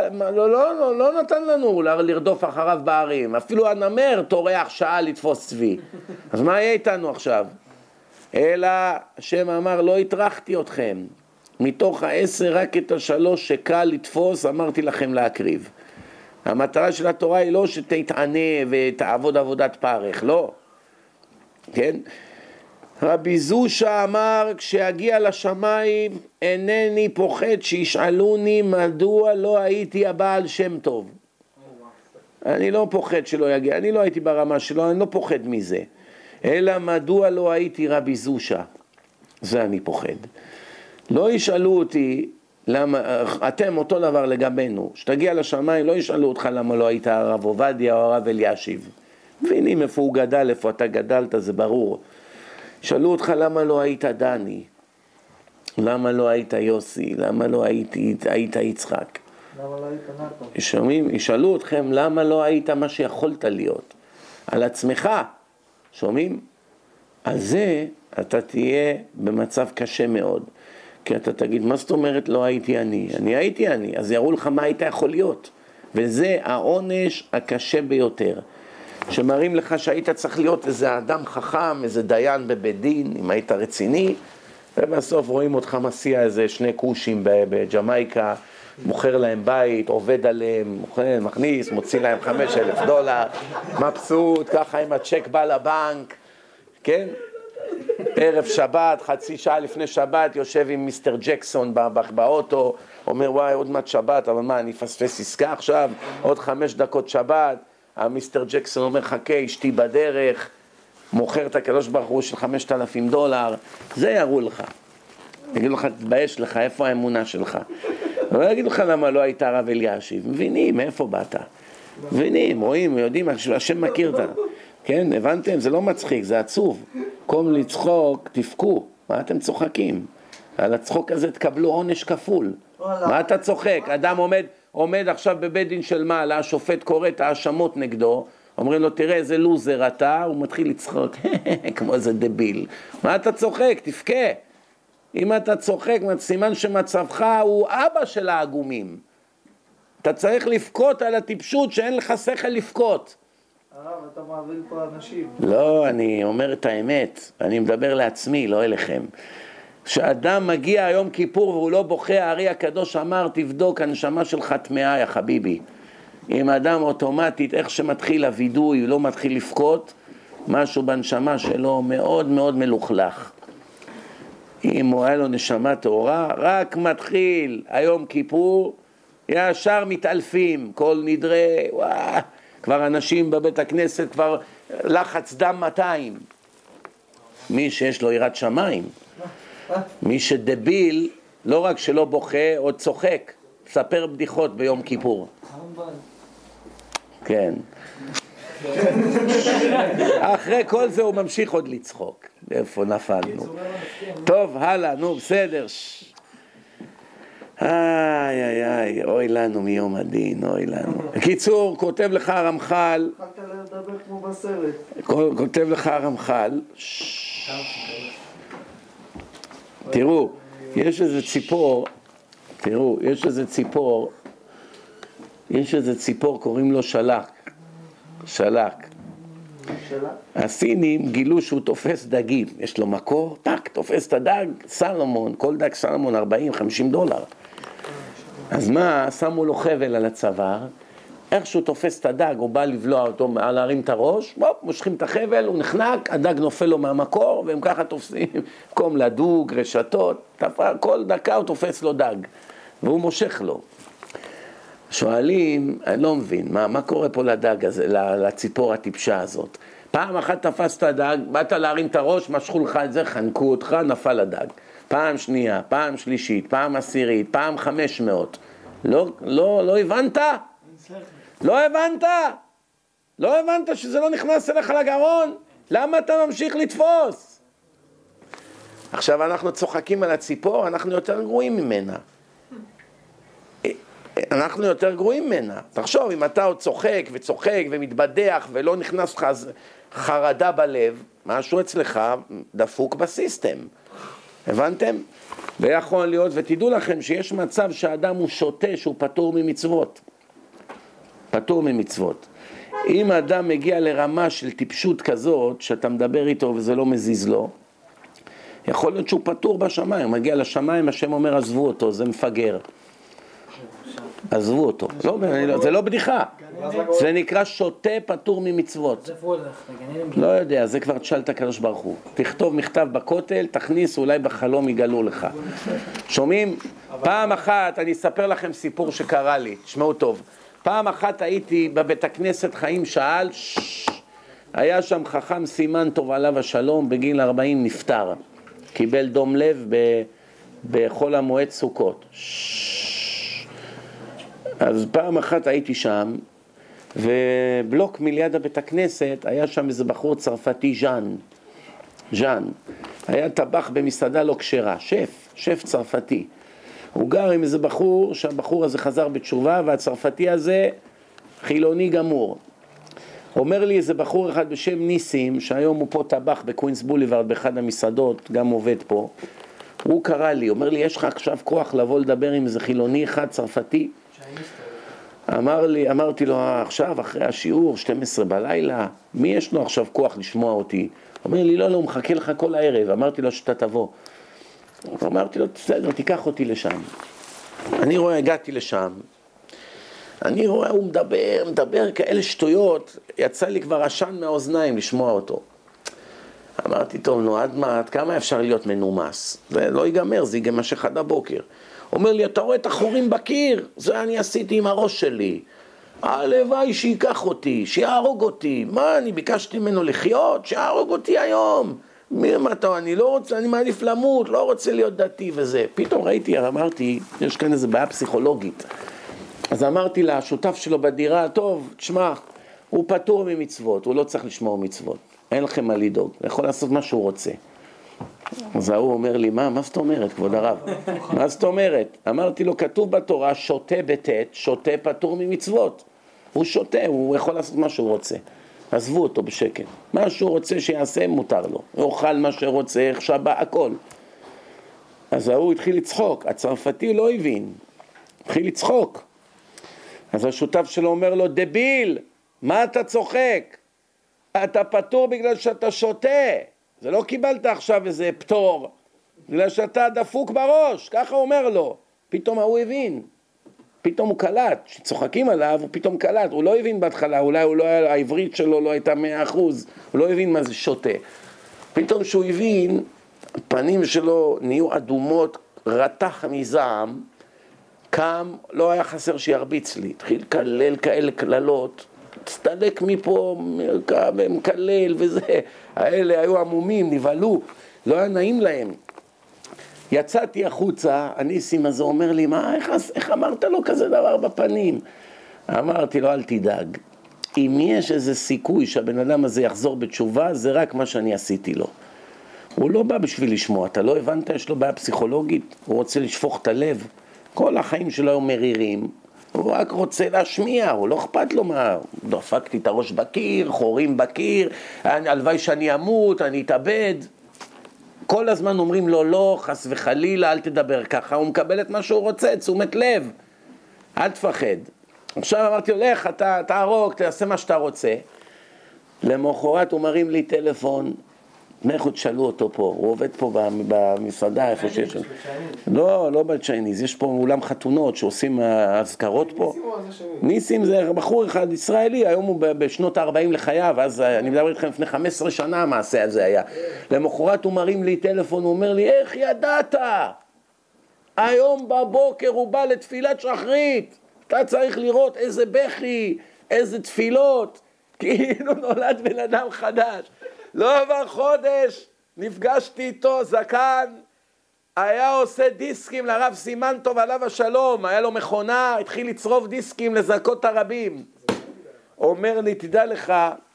לא נתן לנו לרדוף אחריו בערים, אפילו הנמר תורח שעה לתפוס צבי, אז מה יהיה איתנו עכשיו? אלא השם אמר, לא הטרחתי אתכם, מתוך 10 רק את 3 שקל לתפוס, אמרתי לכם להקריב. המטרה של התורה היא לא שתתענה ותעבוד עבודת פרך, לא. כן? רבי זושה אמר, כשהגיע לשמיים, אינני פוחד שישאלוני מדוע לא הייתי הבעל שם טוב. אני לא פוחד שלא יגיע, אני לא הייתי ברמה שלו, אני לא פוחד מזה. אלא מדוע לא הייתי רבי זושה. זה אני פוחד. לא ישאלו אותי, למה, אתם אותו דבר לגבינו, שתגיע לשמיים לא ישאלו אותך למה לא היית הרב עובדיה או הרב אלישיב. מבינים איפה הוא גדל, איפה אתה גדלת, זה ברור. שאלו אותך למה לא היית דני, למה לא היית יוסי, למה לא היית יצחק.
למה לא היית נתן?
שומעים? ישאלו אתכם למה לא היית מה שיכולת להיות. על עצמך, שומעים? על זה אתה תהיה במצב קשה מאוד. כי אתה תגיד, מה זאת אומרת לא הייתי אני? אני הייתי אני, אז יראו לך מה היית יכול להיות. וזה העונש הקשה ביותר. שמראים לך שהיית צריך להיות איזה אדם חכם, איזה דיין בבית דין, אם היית רציני, ובסוף רואים אותך מסיע איזה 2 כושים בג'מייקה, מוכר להם בית, עובד עליהם, מכניס, מוציא להם $5,000, מבסוט, ככה עם הצ'ק בא לבנק, כן? ערב שבת, חצי שעה לפני שבת, יושב עם מיסטר ג'קסון באוטו, אומר וואי עוד מעט שבת, אבל מה אני אפספס עסקה עכשיו, עוד 5 דקות שבת, המיסטר ג'קסון אומר חכה אשתי בדרך, מוכר את הקדוש ברוך הוא של $5,000, זה יראו לך, יגידו לך תתבייש לך, איפה האמונה שלך, אבל יגידו לך למה לא היית הרב אלישיב, מבינים מאיפה באת, מבינים, רואים, יודעים, השם מכיר אותה, כן, הבנתם? זה לא מצחיק, זה עצוב, קום לצחוק, תפקו, מה אתם צוחקים? על הצחוק הזה תקבלו עונש כפול, מה אתה צוחק? אדם עומד עכשיו בבית דין של מעלה, השופט קורא את האשמות נגדו, אומרים לו תראה איזה לוזר אתה, הוא מתחיל לצחוק, כמו איזה דביל, מה אתה צוחק? תפקה, אם אתה צוחק, סימן שמצבך הוא אבא של העגומים, אתה צריך לפקות על הטיפשות שאין לך שכל לפקות.
הרב, אתה מעביל פה אנשים.
לא, אני אומר את האמת, אני מדבר לעצמי, לא אליכם. כשאדם מגיע יום כיפור והוא לא בוכה, הארי הקדוש אמר, תבדוק, הנשמה שלך טמאה, יא חביבי. אם אדם אוטומטית, איך שמתחיל הווידוי, הוא לא מתחיל לפקות, משהו בנשמה שלו מאוד מאוד מלוכלך. אם הוא היה לו נשמה טהורה, רק מתחיל היום כיפור, ישר מתעלפים, כל נדרי, וואו. כבר אנשים בבית הכנסת, כבר לחץ דם 200. מי שיש לו יראת שמיים, מי שדביל, לא רק שלא בוכה, עוד צוחק, ספר בדיחות ביום כיפור. כן. אחרי כל זה הוא ממשיך עוד לצחוק. איפה נפלנו? טוב, הלאה, נו, בסדר. איי, אוי לנו מיום הדין, אוי לנו. בקיצור, כותב לך הרמח"ל,
התחלת לדבר כמו בסרט.
כותב לך הרמח"ל, תראו, יש איזה ציפור, יש איזה ציפור, קוראים לו שלק. הסינים גילו שהוא תופס דגים, יש לו מקור, טק, תופס את הדג, סלמון, כל דג סלמון $40-50. אז מה, שמו לו חבל על הצוואר, איך שהוא תופס את הדג, הוא בא לבלוע אותו, להרים את הראש, בופ, מושכים את החבל, הוא נחנק, הדג נופל לו מהמקור, והם ככה תופסים, קום לדוג, רשתות, כל דקה הוא תופס לו דג, והוא מושך לו. שואלים, אני לא מבין, מה קורה פה לדג הזה, לציפור הטיפשה הזאת? פעם אחת תפסת דג, באת להרים את הראש, משכו לך את זה, חנקו אותך, נפל הדג. פעם שנייה, פעם שלישית, פעם עשירית, פעם 500. לא הבנת? לא הבנת שזה לא נכנס אליך לגרון? למה אתה ממשיך לתפוס? עכשיו אנחנו צוחקים על הציפור, אנחנו יותר גרועים ממנה. תחשוב, אם אתה עוד צוחק ומתבדח ולא נכנס לך חרדה בלב, משהו אצלך דפוק בסיסטם. הבנתם? ויכול להיות, ותדעו לכם שיש מצב שהאדם הוא שוטה, שהוא פטור ממצוות. אם האדם מגיע לרמה של טיפשות כזאת, שאתה מדבר איתו וזה לא מזיז לו, יכול להיות שהוא פטור בשמיים, מגיע לשמיים, השם אומר עזבו אותו, זה מפגר. עזבו אותו, זה לא בדיחה, זה נקרא שוטה פטור ממצוות. לא יודע, זה כבר תשאל את הקדוש ברוך הוא. תכתוב מכתב בכותל, תכניס, אולי בחלום יגלו לך. שומעים? פעם אחת, אני אספר לכם סיפור שקרה לי, תשמעו טוב. פעם אחת הייתי בבית הכנסת חיים שאל, היה שם חכם סימן טוב עליו השלום, בגיל 40 נפטר. קיבל דום לב בחול המועד סוכות. אז פעם אחת הייתי שם, ובלוק מליד הבית הכנסת, היה שם איזה בחור צרפתי, ז'אן. היה טבח במסעדה לא כשרה, שף צרפתי. הוא גר עם איזה בחור, שהבחור הזה חזר בתשובה, והצרפתי הזה חילוני גמור. אומר לי איזה בחור אחד בשם ניסים, שהיום הוא פה טבח בקווינס בוליברד, באחד המסעדות, גם עובד פה. הוא קרא לי, אומר לי, יש לך עכשיו כוח לבוא לדבר עם איזה חילוני אחד צרפתי? אמרתי לו, עכשיו אחרי השיעור, 12 בלילה, מי יש לו עכשיו כוח לשמוע אותי? אומר לי, לא, הוא מחכה לך כל הערב. אמרתי לו שאתה תבוא. אמרתי לו, בסדר, תיקח אותי לשם. אני רואה, הגעתי לשם, אני רואה, הוא מדבר כאלה שטויות, יצא לי כבר עשן מהאוזניים לשמוע אותו. אמרתי, טוב, נו, עד כמה אפשר להיות מנומס? זה לא ייגמר, זה ייגמש עד הבוקר. אומר לי, אתה רואה את החורים בקיר? זה אני עשיתי עם הראש שלי. הלוואי שיקח אותי, שיהרוג אותי. מה, אני ביקשתי ממנו לחיות? שיהרוג אותי היום. אני לא רוצה, אני מעדיף למות, לא רוצה להיות דתי וזה. פתאום ראיתי, אמרתי, יש כאן איזו בעיה פסיכולוגית. אז אמרתי לשותף שלו בדירה, טוב, תשמע, הוא פטור ממצוות, הוא לא צריך לשמור מצוות. אין לכם מה לדאוג, הוא יכול לעשות מה שהוא רוצה. אז הוא אומר לי, מה זאת אומרת, כבוד הרב? מה זאת אומרת? אמרתי לו, כתוב בתורה, שותה בטט, שותה פטור ממצוות. הוא שותה, הוא יכול לעשות מה שהוא רוצה. עזבו אותו בשקט. מה שהוא רוצה שיעשה, מותר לו. הוא אוכל מה שרוצה, עכשיו בא הכל. אז הוא התחיל לצחוק, הצרפתי לא הבין. התחיל לצחוק. אז השותף שלו אומר לו, דביל, מה אתה צוחק? אתה פטור בגלל שאתה שותה. זה לא קיבלת עכשיו איזה פטור, בגלל שאתה דפוק בראש, ככה הוא אומר לו. פתאום הוא הבין, פתאום הוא קלט, שצוחקים עליו, הוא פתאום קלט, הוא לא הבין בהתחלה, אולי העברית שלו לא הייתה 100%, הוא לא הבין מה זה שותה. פתאום שהוא הבין, הפנים שלו נהיו אדומות, רתח מזעם, קם, לא היה חסר שירביץ לי, התחיל לקלל כאלה קללות, תסתלק מפה, מקלל וזה, האלה היו עמומים, נבהלו, לא היה נעים להם. יצאתי החוצה, הניסים הזה אומר לי, מה, איך אמרת לו כזה דבר בפנים? אמרתי לו, אל תדאג, אם יש איזה סיכוי שהבן אדם הזה יחזור בתשובה, זה רק מה שאני עשיתי לו. הוא לא בא בשביל לשמוע, אתה לא הבנת, יש לו בעיה פסיכולוגית, הוא רוצה לשפוך את הלב, כל החיים שלו היו מרירים, הוא רק רוצה להשמיע, הוא לא אכפת לו מה, דפקתי את הראש בקיר, חורים בקיר, הלוואי שאני אמות, אני אתאבד. כל הזמן אומרים לו, לא, חס וחלילה, אל תדבר ככה, הוא מקבל את מה שהוא רוצה, תשומת לב, אל תפחד. עכשיו אמרתי לו, לך, אתה תהרוג, תעשה מה שאתה רוצה. למחרת הוא מרים לי טלפון, לכו תשאלו אותו פה, הוא עובד פה במסעדה איפה שיש. לא בצ'ייניז, יש פה אולם חתונות שעושים הזכרות פה. ניסים זה בחור אחד ישראלי, היום הוא בשנות ה-40 לחייו, אז אני מדבר איתכם לפני 15 שנה המעשה הזה היה. למחרת הוא מרים לי טלפון, הוא אומר לי, איך ידעת? היום בבוקר הוא בא לתפילת שחרית, אתה צריך לראות איזה בכי, איזה תפילות, כאילו נולד בן אדם חדש. לא עבר חודש, נפגשתי איתו, זקן, היה עושה דיסקים לרב סימן טוב עליו השלום, היה לו מכונה, התחיל לצרוב דיסקים לזכות הרבים. אומר לי, תדע לך,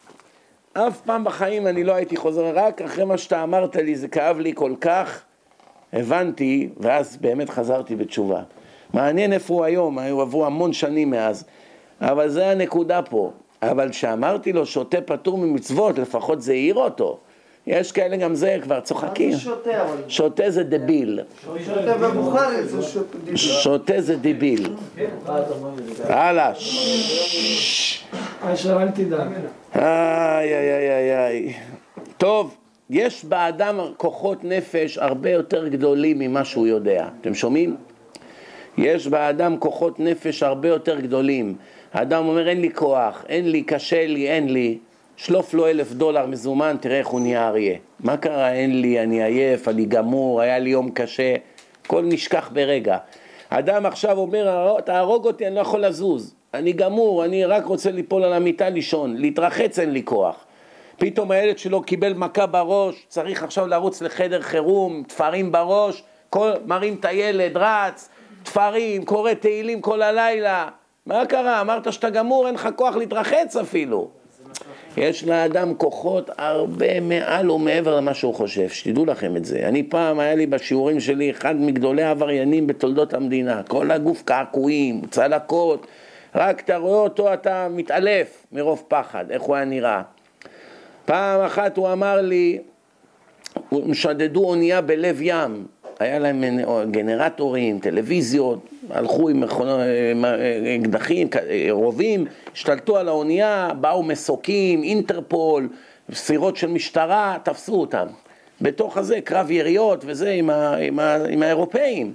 אף פעם בחיים אני לא הייתי חוזר, רק אחרי מה שאתה אמרת לי, זה כאב לי כל כך, הבנתי, ואז באמת חזרתי בתשובה. מעניין איפה הוא היום, עברו המון שנים מאז, אבל זה הנקודה פה. אבל שאמרתי לו שותה פטור ממצוות, לפחות זה העיר אותו. יש כאלה גם זה כבר צוחקים.
מה זה שותה?
שותה זה דביל.
שותה בבוכרי זה שותה דביל.
שותה זה דביל. הלאה.
אשר אל תדאג.
איי. טוב, יש באדם כוחות נפש הרבה יותר גדולים ממה שהוא יודע. אתם שומעים? יש באדם כוחות נפש הרבה יותר גדולים. האדם אומר, אין לי כוח, אין לי, קשה לי, אין לי. שלוף לו $1,000 מזומן, תראה איך הוא נהיה אריה. מה קרה? אין לי, אני עייף, אני גמור, היה לי יום קשה. הכל נשכח ברגע. האדם עכשיו אומר, תהרוג אותי, אני לא יכול לזוז. אני גמור, אני רק רוצה ליפול על המיטה לישון. להתרחץ אין לי כוח. פתאום הילד שלו קיבל מכה בראש, צריך עכשיו לרוץ לחדר חירום, תפרים בראש, מרים את הילד, רץ, תפרים, קורא תהילים כל הלילה. מה קרה? אמרת שאתה גמור, אין לך כוח להתרחץ אפילו. יש לאדם כוחות הרבה מעל ומעבר למה שהוא חושב, שתדעו לכם את זה. אני פעם היה לי בשיעורים שלי אחד מגדולי העבריינים בתולדות המדינה, כל הגוף קעקועים, צלקות, רק אתה רואה אותו אתה מתעלף מרוב פחד, איך הוא היה נראה. פעם אחת הוא אמר לי, שדדו אונייה בלב ים, היה להם גנרטורים, טלוויזיות, הלכו עם אקדחים, רובים, השתלטו על האונייה, באו מסוקים, אינטרפול, סירות של משטרה, תפסו אותם. בתוך הזה קרב יריות וזה עם האירופאים.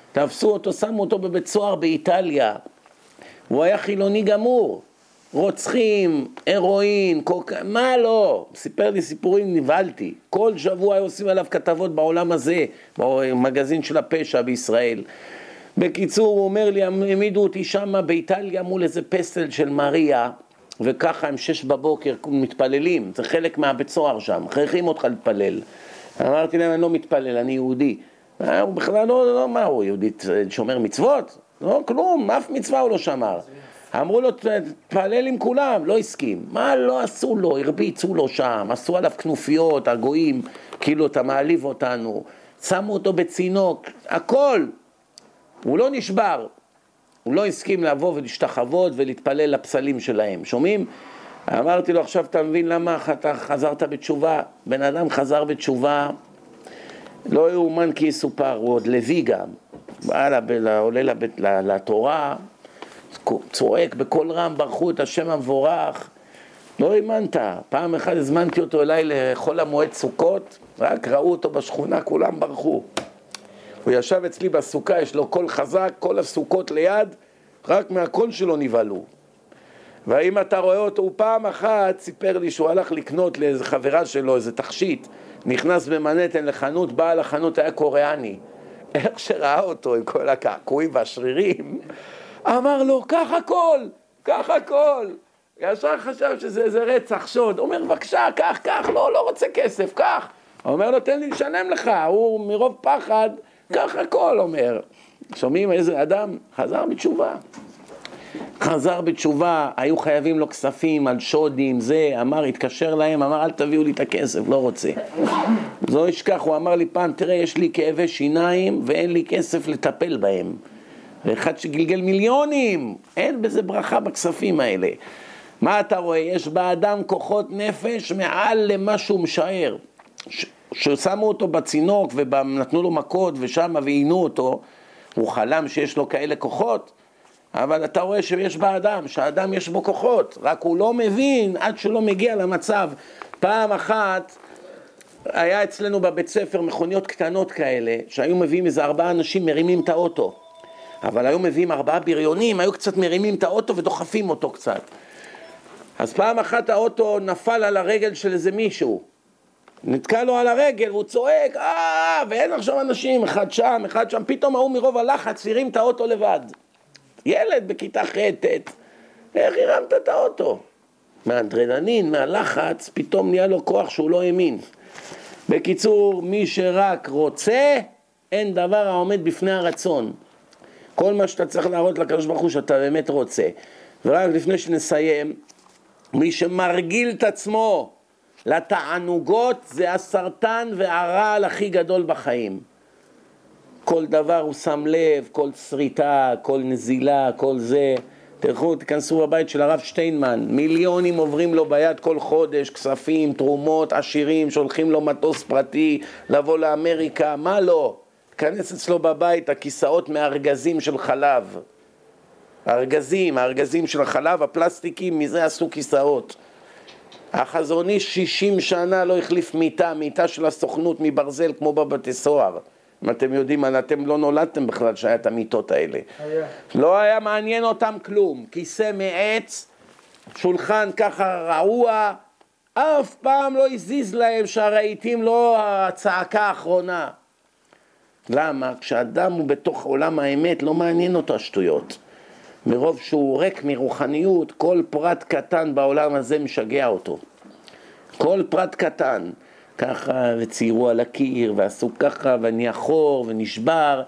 תפסו אותו, שמו אותו בבית סוהר באיטליה. הוא היה חילוני גמור. רוצחים, הרואין, מה לא? סיפר לי סיפורים, נבהלתי. כל שבוע היו עושים עליו כתבות בעולם הזה, במגזין של הפשע בישראל. בקיצור, הוא אומר לי, העמידו אותי שם באיטליה מול איזה פסל של מריה, וככה הם 6 בבוקר מתפללים, זה חלק מהבית סוהר שם, הכרחים אותך להתפלל. אמרתי להם, אני לא מתפלל, אני יהודי. הוא בכלל לא, מה הוא, יהודי שומר מצוות? לא, כלום, אף מצווה הוא לא שמר. אמרו לו, תפלל עם כולם, לא הסכים. מה לא עשו לו? הרביצו לו שם, עשו עליו כנופיות, הגויים, כאילו אתה מעליב אותנו. שמו אותו בצינוק, הכל. הוא לא נשבר. הוא לא הסכים לבוא ולהשתחוות ולהתפלל לפסלים שלהם. שומעים? אמרתי לו, עכשיו אתה מבין למה אתה חזרת בתשובה? בן אדם חזר בתשובה, לא יאומן כי יסופר, הוא עוד לוי גם. עולה לתורה, צועק בכל רם, ברכו את השם המבורך. לא האמנת. פעם אחת הזמנתי אותו אליי לחול המועד סוכות, רק ראו אותו בשכונה, כולם ברכו. הוא ישב אצלי בסוכה, יש לו קול חזק, כל הסוכות ליד, רק מהקול שלו נבהלו. ואם אתה רואה אותו, הוא פעם אחת סיפר לי שהוא הלך לקנות לאיזה חברה שלו, איזה תכשיט, נכנס במנהטן לחנות, בעל החנות היה קוריאני. איך שראה אותו עם כל הקעקועים והשרירים, אמר לו, קח הכל, קח הכל. ישר חשב שזה איזה רצח שוד. הוא אומר, בבקשה, קח, לא רוצה כסף, קח. הוא אומר לו, תן לי לשלם לך. הוא מרוב פחד, קח הכל, אומר. שומעים איזה אדם? חזר בתשובה. חזר בתשובה, היו חייבים לו כספים על שודים, זה, אמר, התקשר להם, אמר, אל תביאו לי את הכסף, לא רוצה. זו ישכח, הוא אמר לי פעם, תראה, יש לי כאבי שיניים ואין לי כסף לטפל בהם. ואחד שגלגל מיליונים, אין בזה ברכה בכספים האלה. מה אתה רואה? יש באדם כוחות נפש מעל למה שהוא משער. ששמו אותו בצינוק ונתנו לו מכות ושם ועינו אותו, הוא חלם שיש לו כאלה כוחות, אבל אתה רואה שיש באדם, שהאדם יש בו כוחות, רק הוא לא מבין עד שלא מגיע למצב. פעם אחת היה אצלנו בבית ספר מכוניות קטנות כאלה, שהיו מביאים איזה 4 אנשים מרימים את האוטו, אבל היו מביאים 4 בריונים, היו קצת מרימים את האוטו ודוחפים אותו קצת. אז פעם אחת האוטו נפל על הרגל של איזה מישהו, נתקע לו על הרגל, והוא צועק, ואין עכשיו אנשים, אחד שם, פתאום הוא מרוב הלחץ, הרים את האוטו לבד. ילד בכיתה ח' איך הרמת את האוטו? מהאדרנלין, מהלחץ, פתאום נהיה לו כוח שהוא לא האמין. בקיצור, מי שרק רוצה, אין דבר העומד בפני הרצון. כל מה שאתה צריך להראות לקדוש ברוך הוא שאתה באמת רוצה. ורק לפני שנסיים, מי שמרגיל את עצמו לתענוגות, זה הסרטן והרעל הכי גדול בחיים. כל דבר הוא שם לב, כל שריטה, כל נזילה, כל זה. תלכו, תכנסו בבית של הרב שטיינמן, מיליונים עוברים לו ביד כל חודש, כספים, תרומות, עשירים, שולחים לו מטוס פרטי, לבוא לאמריקה, מה לא? תכנס אצלו בבית, הכיסאות מארגזים של חלב. הארגזים של החלב, הפלסטיקים, מזה עשו כיסאות. החזוני 60 שנה לא החליף מיטה של הסוכנות מברזל כמו בבתי סוהר. אם אתם יודעים, אתם לא נולדתם בכלל שהיה את המיטות האלה. לא היה מעניין אותם כלום. כיסא מעץ, שולחן ככה רעוע, אף פעם לא הזיז להם שהרהיטים לא הצעקה האחרונה. למה? כשאדם הוא בתוך עולם האמת לא מעניין אותו השטויות. מרוב שהוא ריק מרוחניות, כל פרט קטן בעולם הזה משגע אותו. כל פרט קטן. ככה, וציירו על הקיר, ועשו ככה, ונהיה חור, ונשבר.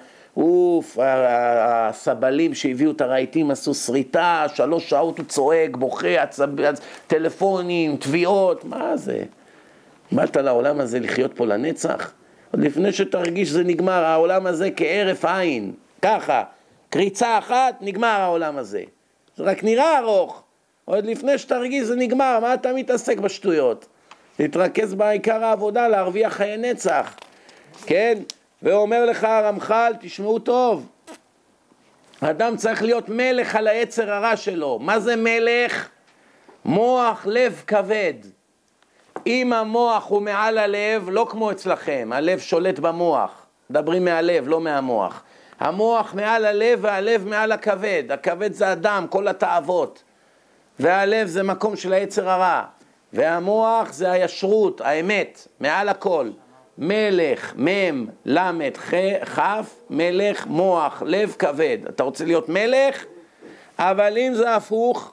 הסבלים שהביאו את הרהיטים עשו שריטה, 3 שעות הוא צועק, בוכה, טלפונים, תביעות, מה זה? באת לעולם הזה לחיות פה לנצח? עוד לפני שתרגיש זה נגמר, העולם הזה כערף עין, ככה, קריצה אחת, נגמר העולם הזה. זה רק נראה ארוך, עוד לפני שתרגיש זה נגמר, מה אתה מתעסק בשטויות? להתרכז בעיקר העבודה, להרוויח חיי נצח, כן? ואומר לך הרמח"ל, תשמעו טוב, האדם צריך להיות מלך על היצר הרע שלו. מה זה מלך? מוח, לב כבד. אם המוח הוא מעל הלב, לא כמו אצלכם, הלב שולט במוח, מדברים מהלב, לא מהמוח. המוח מעל הלב והלב מעל הכבד. הכבד זה הדם, כל התאוות. והלב זה מקום של היצר הרע. והמוח זה הישרות, האמת, מעל הכל. מלך, מם, למד, חף, מלך, מוח, לב, כבד. אתה רוצה להיות מלך? אבל אם זה הפוך,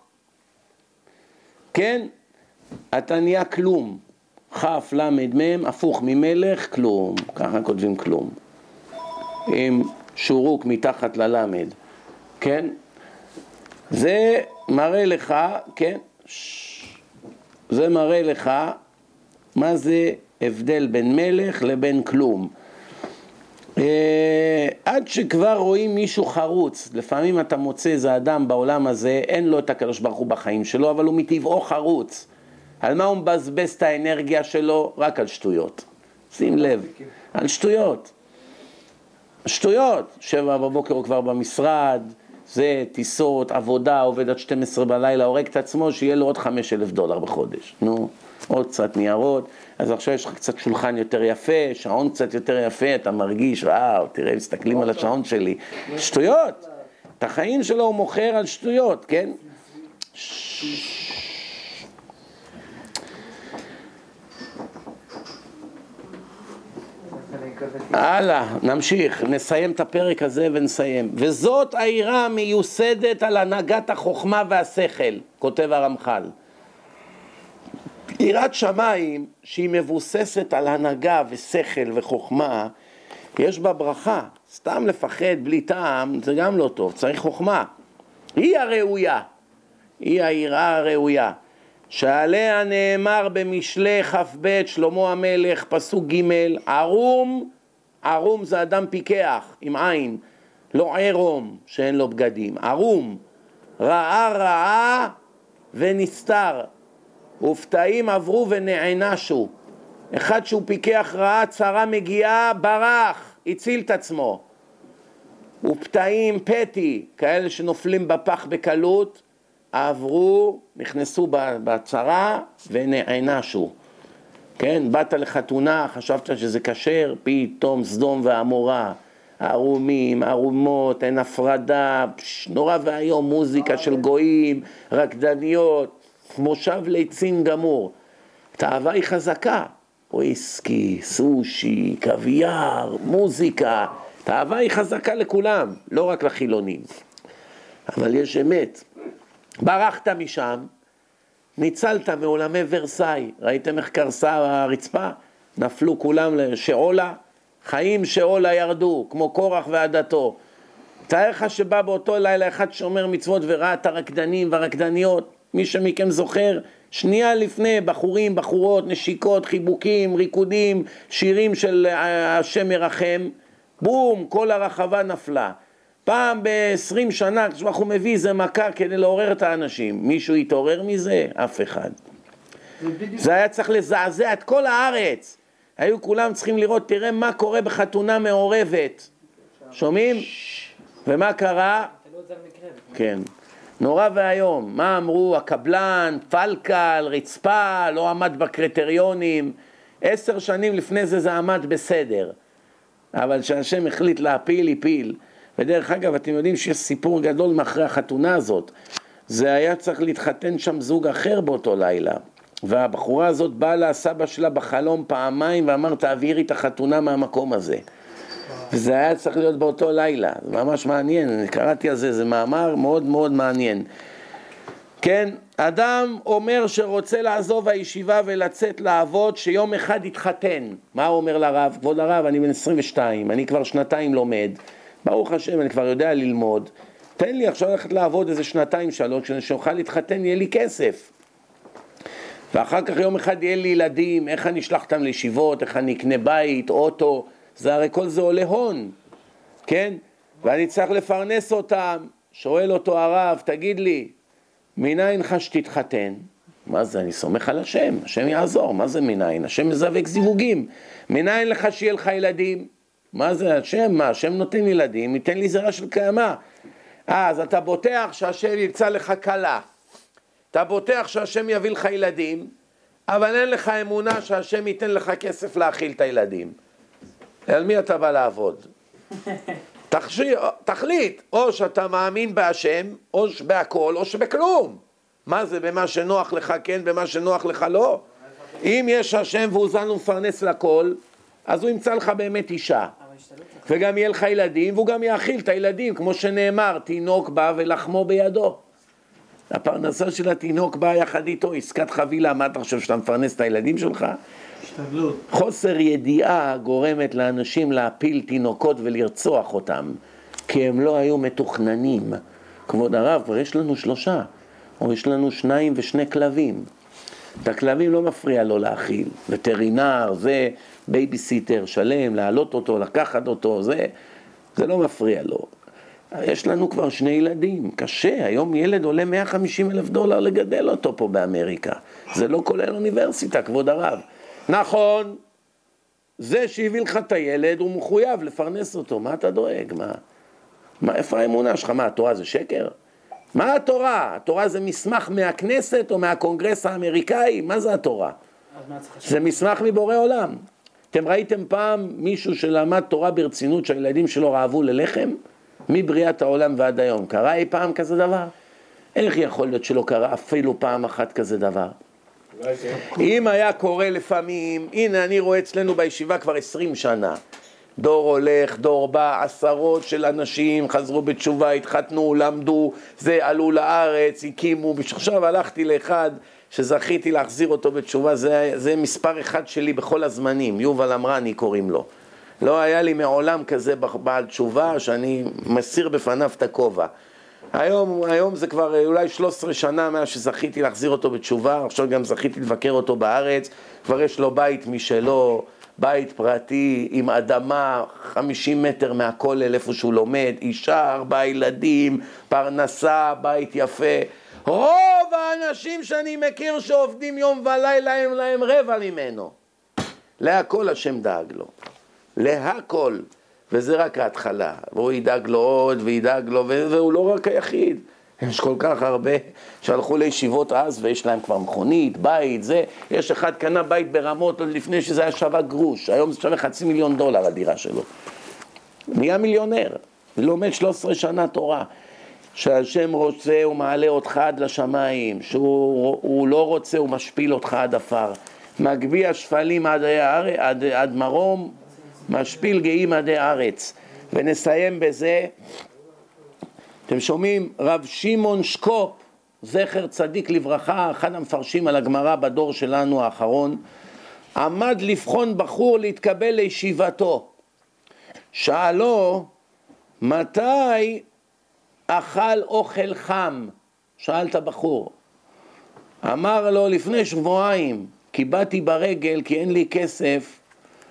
כן? אתה נהיה כלום. חף, למד, מם, הפוך ממלך, כלום. ככה כותבים כלום. עם שורוק מתחת ללמד. כן? זה מראה לך, כן? זה מראה לך מה זה הבדל בין מלך לבין כלום. עד שכבר רואים מישהו חרוץ, לפעמים אתה מוצא איזה אדם בעולם הזה, אין לו את הקדוש ברוך הוא בחיים שלו, אבל הוא מטבעו חרוץ. על מה הוא מבזבז את האנרגיה שלו? רק על שטויות. שים לב, על שטויות. שטויות. 7 בבוקר הוא כבר במשרד, זה טיסות, עבודה, עובד עד 12 בלילה, הורג את עצמו, שיהיה לו עוד $5,000 בחודש. נו, עוד קצת ניירות, אז עכשיו יש לך קצת שולחן יותר יפה, שעון קצת יותר יפה, אתה מרגיש, וואו, תראה, מסתכלים על השעון שלי. שטויות. את החיים שלו הוא מוכר על שטויות, כן? הלאה, נמשיך, נסיים את הפרק הזה ונסיים. וזאת העירה המיוסדת על הנהגת החוכמה והשכל, כותב הרמח"ל. עירת שמיים שהיא מבוססת על הנהגה ושכל וחוכמה, יש בה ברכה. סתם לפחד בלי טעם זה גם לא טוב, צריך חוכמה. היא הראויה, היא העירה הראויה. שעליה נאמר במשלי כ"ב שלמה המלך פסוק ג' ערום, ערום זה אדם פיקח עם עין, לא ערום שאין לו בגדים, ערום, רעה ונסתר, ופתאים עברו ונענשו. אחד שהוא פיקח רעה, צרה מגיעה, ברח, הציל את עצמו. ופתאים פתי, כאלה שנופלים בפח בקלות, עברו, נכנסו בצרה ונענשו. כן, באת לחתונה, חשבת שזה כשר, פתאום סדום ועמורה, ערומים, ערומות, אין הפרדה, נורא והיום, מוזיקה של גויים, רקדניות, מושב ליצין גמור. התאווה היא חזקה, וויסקי, סושי, קוויאר, מוזיקה, התאווה היא חזקה לכולם, לא רק לחילונים. אבל יש אמת. ברחת משם, ניצלת מעולמי ורסאי, ראיתם איך קרסה הרצפה? נפלו כולם לשאולה, חיים שאולה ירדו, כמו קורח ועדתו. תאר לך שבא באותו לילה אחד שומר מצוות וראה את הרקדנים והרקדניות, מי שמכם זוכר, שנייה לפני בחורים, בחורות, נשיקות, חיבוקים, ריקודים, שירים של השם ירחם, בום, כל הרחבה נפלה. פעם ב-20 שנה, כשאנחנו מביא איזה מכה כדי לעורר את האנשים, מישהו יתעורר מזה? אף אחד. זה היה צריך לזעזע את כל הארץ. היו כולם צריכים לראות, תראה מה קורה בחתונה מעורבת. שומעים? ומה קרה? כן. נורא והיום. מה אמרו? הקבלן, פלקל, רצפה, לא עמד בקריטריונים. 10 שנים לפני זה עמד בסדר. אבל שהשם החליט להפיל, הפיל. ודרך אגב, אתם יודעים שיש סיפור גדול מאחרי החתונה הזאת. זה היה צריך להתחתן שם זוג אחר באותו לילה. והבחורה הזאת באה לסבא שלה בחלום פעמיים ואמר, תעבירי את החתונה מהמקום הזה. וזה היה צריך להיות באותו לילה. זה ממש מעניין. אני קראתי על זה, זה מאמר מאוד מאוד מעניין. כן, אדם אומר שרוצה לעזוב הישיבה ולצאת לעבוד, שיום אחד יתחתן. מה הוא אומר לרב? כבוד הרב, אני בן 22, אני כבר 2 לומד. ברוך השם, אני כבר יודע ללמוד. תן לי עכשיו ללכת לעבוד איזה 2-3, כשאוכל להתחתן יהיה לי כסף. ואחר כך יום אחד יהיה לי ילדים, איך אני אשלח אותם לישיבות, איך אני אקנה בית, אוטו, זה הרי כל זה עולה הון, כן? ואני צריך לפרנס אותם. שואל אותו הרב, תגיד לי, מניין לך שתתחתן? מה זה? אני סומך על השם, השם יעזור, מה זה מניין? השם מזווק זיווגים. מניין לך שיהיה לך ילדים? מה זה השם? מה? השם נותן ילדים, ייתן לי זרע של קיימה. אז אתה בוטח שהשם ימצא לך קלה, אתה בוטח שהשם יביא לך ילדים, אבל אין לך אמונה שהשם ייתן לך כסף להאכיל את הילדים. על מי אתה בא לעבוד? אתה תחליט, או שאתה מאמין בהשם, או בהכל, או שבכלום. מה זה, במה שנוח לך כן, במה שנוח לך לא? אם יש השם והוא זן ומפרנס לכל, אז הוא ימצא לך באמת אישה. וגם יהיה לך ילדים, והוא גם יאכיל את הילדים, כמו שנאמר, תינוק בא ולחמו בידו. הפרנסה של התינוק באה יחד איתו, עסקת חבילה, מה אתה חושב שאתה מפרנס את הילדים שלך?
השתדלות.
חוסר ידיעה גורמת לאנשים להפיל תינוקות ולרצוח אותם, כי הם לא היו מתוכננים. כבוד הרב, כבר יש לנו 3, או יש לנו 2 ו2 כלבים. את הכלבים לא מפריע לו להאכיל. וטרינר, זה בייביסיטר שלם, להעלות אותו, לקחת אותו, זה לא מפריע לו. יש לנו כבר 2 ילדים, קשה, היום ילד עולה $150,000 לגדל אותו פה באמריקה. זה לא כולל אוניברסיטה, כבוד הרב. נכון, זה שהביא לך את הילד, הוא מחויב לפרנס אותו. מה אתה דואג? איפה האמונה שלך? מה, התורה זה שקר? מה התורה? התורה זה מסמך מהכנסת או מהקונגרס האמריקאי? מה זה התורה? זה מסמך מבורא עולם. אתם ראיתם פעם מישהו שלמד תורה ברצינות שהילדים שלו רעבו ללחם? מבריאת העולם ועד היום. קרה אי פעם כזה דבר? איך יכול להיות שלא קרה אפילו פעם אחת כזה דבר? אם היה קורה לפעמים, הנה אני רואה אצלנו בישיבה כבר 20 שנה, דור הולך, דור בא, עשרות של אנשים חזרו בתשובה, התחתנו, למדו, זה עלו לארץ, הקימו, עכשיו הלכתי לאחד שזכיתי להחזיר אותו בתשובה, זה מספר 1 שלי בכל הזמנים, יובל אמרני קוראים לו. לא היה לי מעולם כזה בעל תשובה שאני מסיר בפניו את הכובע. היום זה כבר אולי 13 שנה מאז שזכיתי להחזיר אותו בתשובה, עכשיו גם זכיתי לבקר אותו בארץ, כבר יש לו בית משלו, בית פרטי עם אדמה 50 מטר מהכולל איפה שהוא לומד, אישה, 4 ילדים, פרנסה, בית יפה. רוב האנשים שאני מכיר שעובדים יום ולילה הם להם רבע ממנו. להכל השם דאג לו, להכל. וזה רק ההתחלה, והוא ידאג לו עוד וידאג לו, והוא לא רק היחיד. יש כל כך הרבה שהלכו לישיבות אז ויש להם כבר מכונית, בית, זה. יש אחד קנה בית ברמות עוד לפני שזה היה שווה גרוש, היום זה שווה $500,000 הדירה שלו. נהיה מיליונר, לומד 13 שנה תורה. שהשם רוצה הוא מעלה אותך עד לשמיים, שהוא לא רוצה הוא משפיל אותך עד אפר. מגביה שפלים עד מרום, משפיל גאים עדי ארץ. ונסיים בזה, אתם שומעים, רב שמעון שקופ, זכר צדיק לברכה, אחד המפרשים על הגמרא בדור שלנו האחרון, עמד לבחון בחור להתקבל לישיבתו. שאלו, מתי אכל אוכל חם? שאל את הבחור. אמר לו, לפני שבועיים, כי באתי ברגל, כי אין לי כסף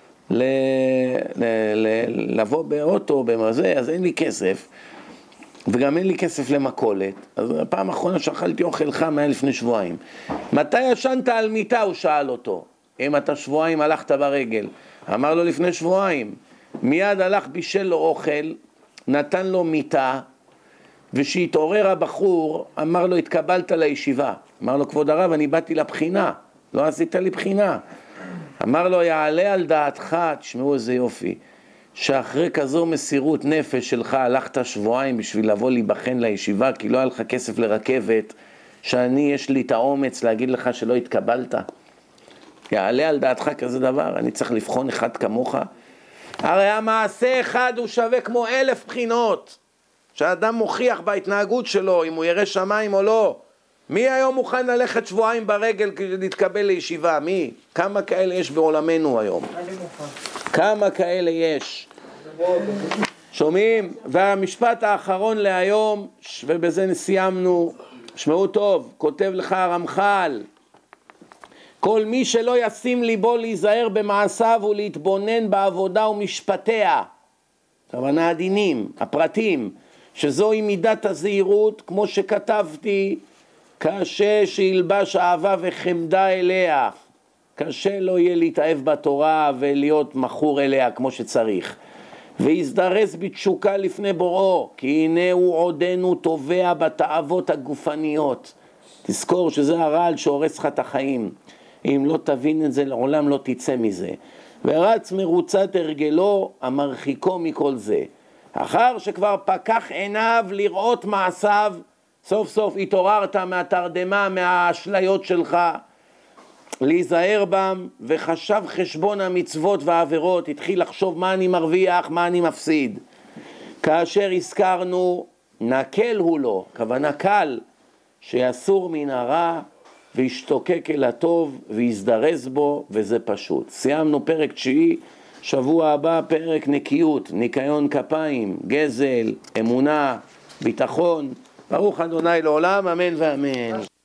לבוא באוטו, במזה, אז אין לי כסף, וגם אין לי כסף למכולת. אז הפעם האחרונה שאכלתי אוכל חם היה לפני שבועיים. מתי ישנת על מיטה? הוא שאל אותו. אם אתה שבועיים הלכת ברגל. אמר לו לפני שבועיים. מיד הלך בישל לו אוכל, נתן לו מיטה, ושהתעורר הבחור, אמר לו, התקבלת לישיבה. אמר לו, כבוד הרב, אני באתי לבחינה, לא עשית לי בחינה. אמר לו, יעלה על דעתך, תשמעו איזה יופי, שאחרי כזו מסירות נפש שלך, הלכת שבועיים בשביל לבוא להיבחן לישיבה, כי לא היה לך כסף לרכבת, שאני יש לי את האומץ להגיד לך שלא התקבלת. יעלה על דעתך כזה דבר, אני צריך לבחון אחד כמוך. הרי המעשה אחד הוא שווה כמו 1000 בחינות, שהאדם מוכיח בהתנהגות שלו, אם הוא ירא שמיים או לא. מי היום מוכן ללכת שבועיים ברגל כדי להתקבל לישיבה? מי? כמה כאלה יש בעולמנו היום? כמה כאלה יש? שומעים? והמשפט האחרון להיום, ובזה סיימנו, שמעו טוב, כותב לך הרמח"ל, כל מי שלא ישים ליבו להיזהר במעשיו ולהתבונן בעבודה ומשפטיה, הכוונה הדינים, הפרטים, שזוהי מידת הזהירות, כמו שכתבתי, קשה שילבש אהבה וחמדה אליה, קשה לא יהיה להתאהב בתורה ולהיות מכור אליה כמו שצריך, ויזדרז בתשוקה לפני בוראו, כי הנה הוא עודנו טובע בתאוות הגופניות. תזכור שזה הרעל שהורס לך את החיים, אם לא תבין את זה לעולם לא תצא מזה. ורץ מרוצת הרגלו המרחיקו מכל זה. אחר שכבר פקח עיניו לראות מעשיו, סוף סוף התעוררת מהתרדמה, מהאשליות שלך, להיזהר בם, וחשב חשבון המצוות והעבירות, התחיל לחשוב מה אני מרוויח, מה אני מפסיד. כאשר הזכרנו, נקל הוא לו, כוונה קל, שיסור מן הרע וישתוקק אל הטוב ויזדרז בו, וזה פשוט. סיימנו פרק 9, שבוע הבא פרק נקיות, ניקיון כפיים, גזל, אמונה, ביטחון. ברוך ה' לעולם, אמן ואמן.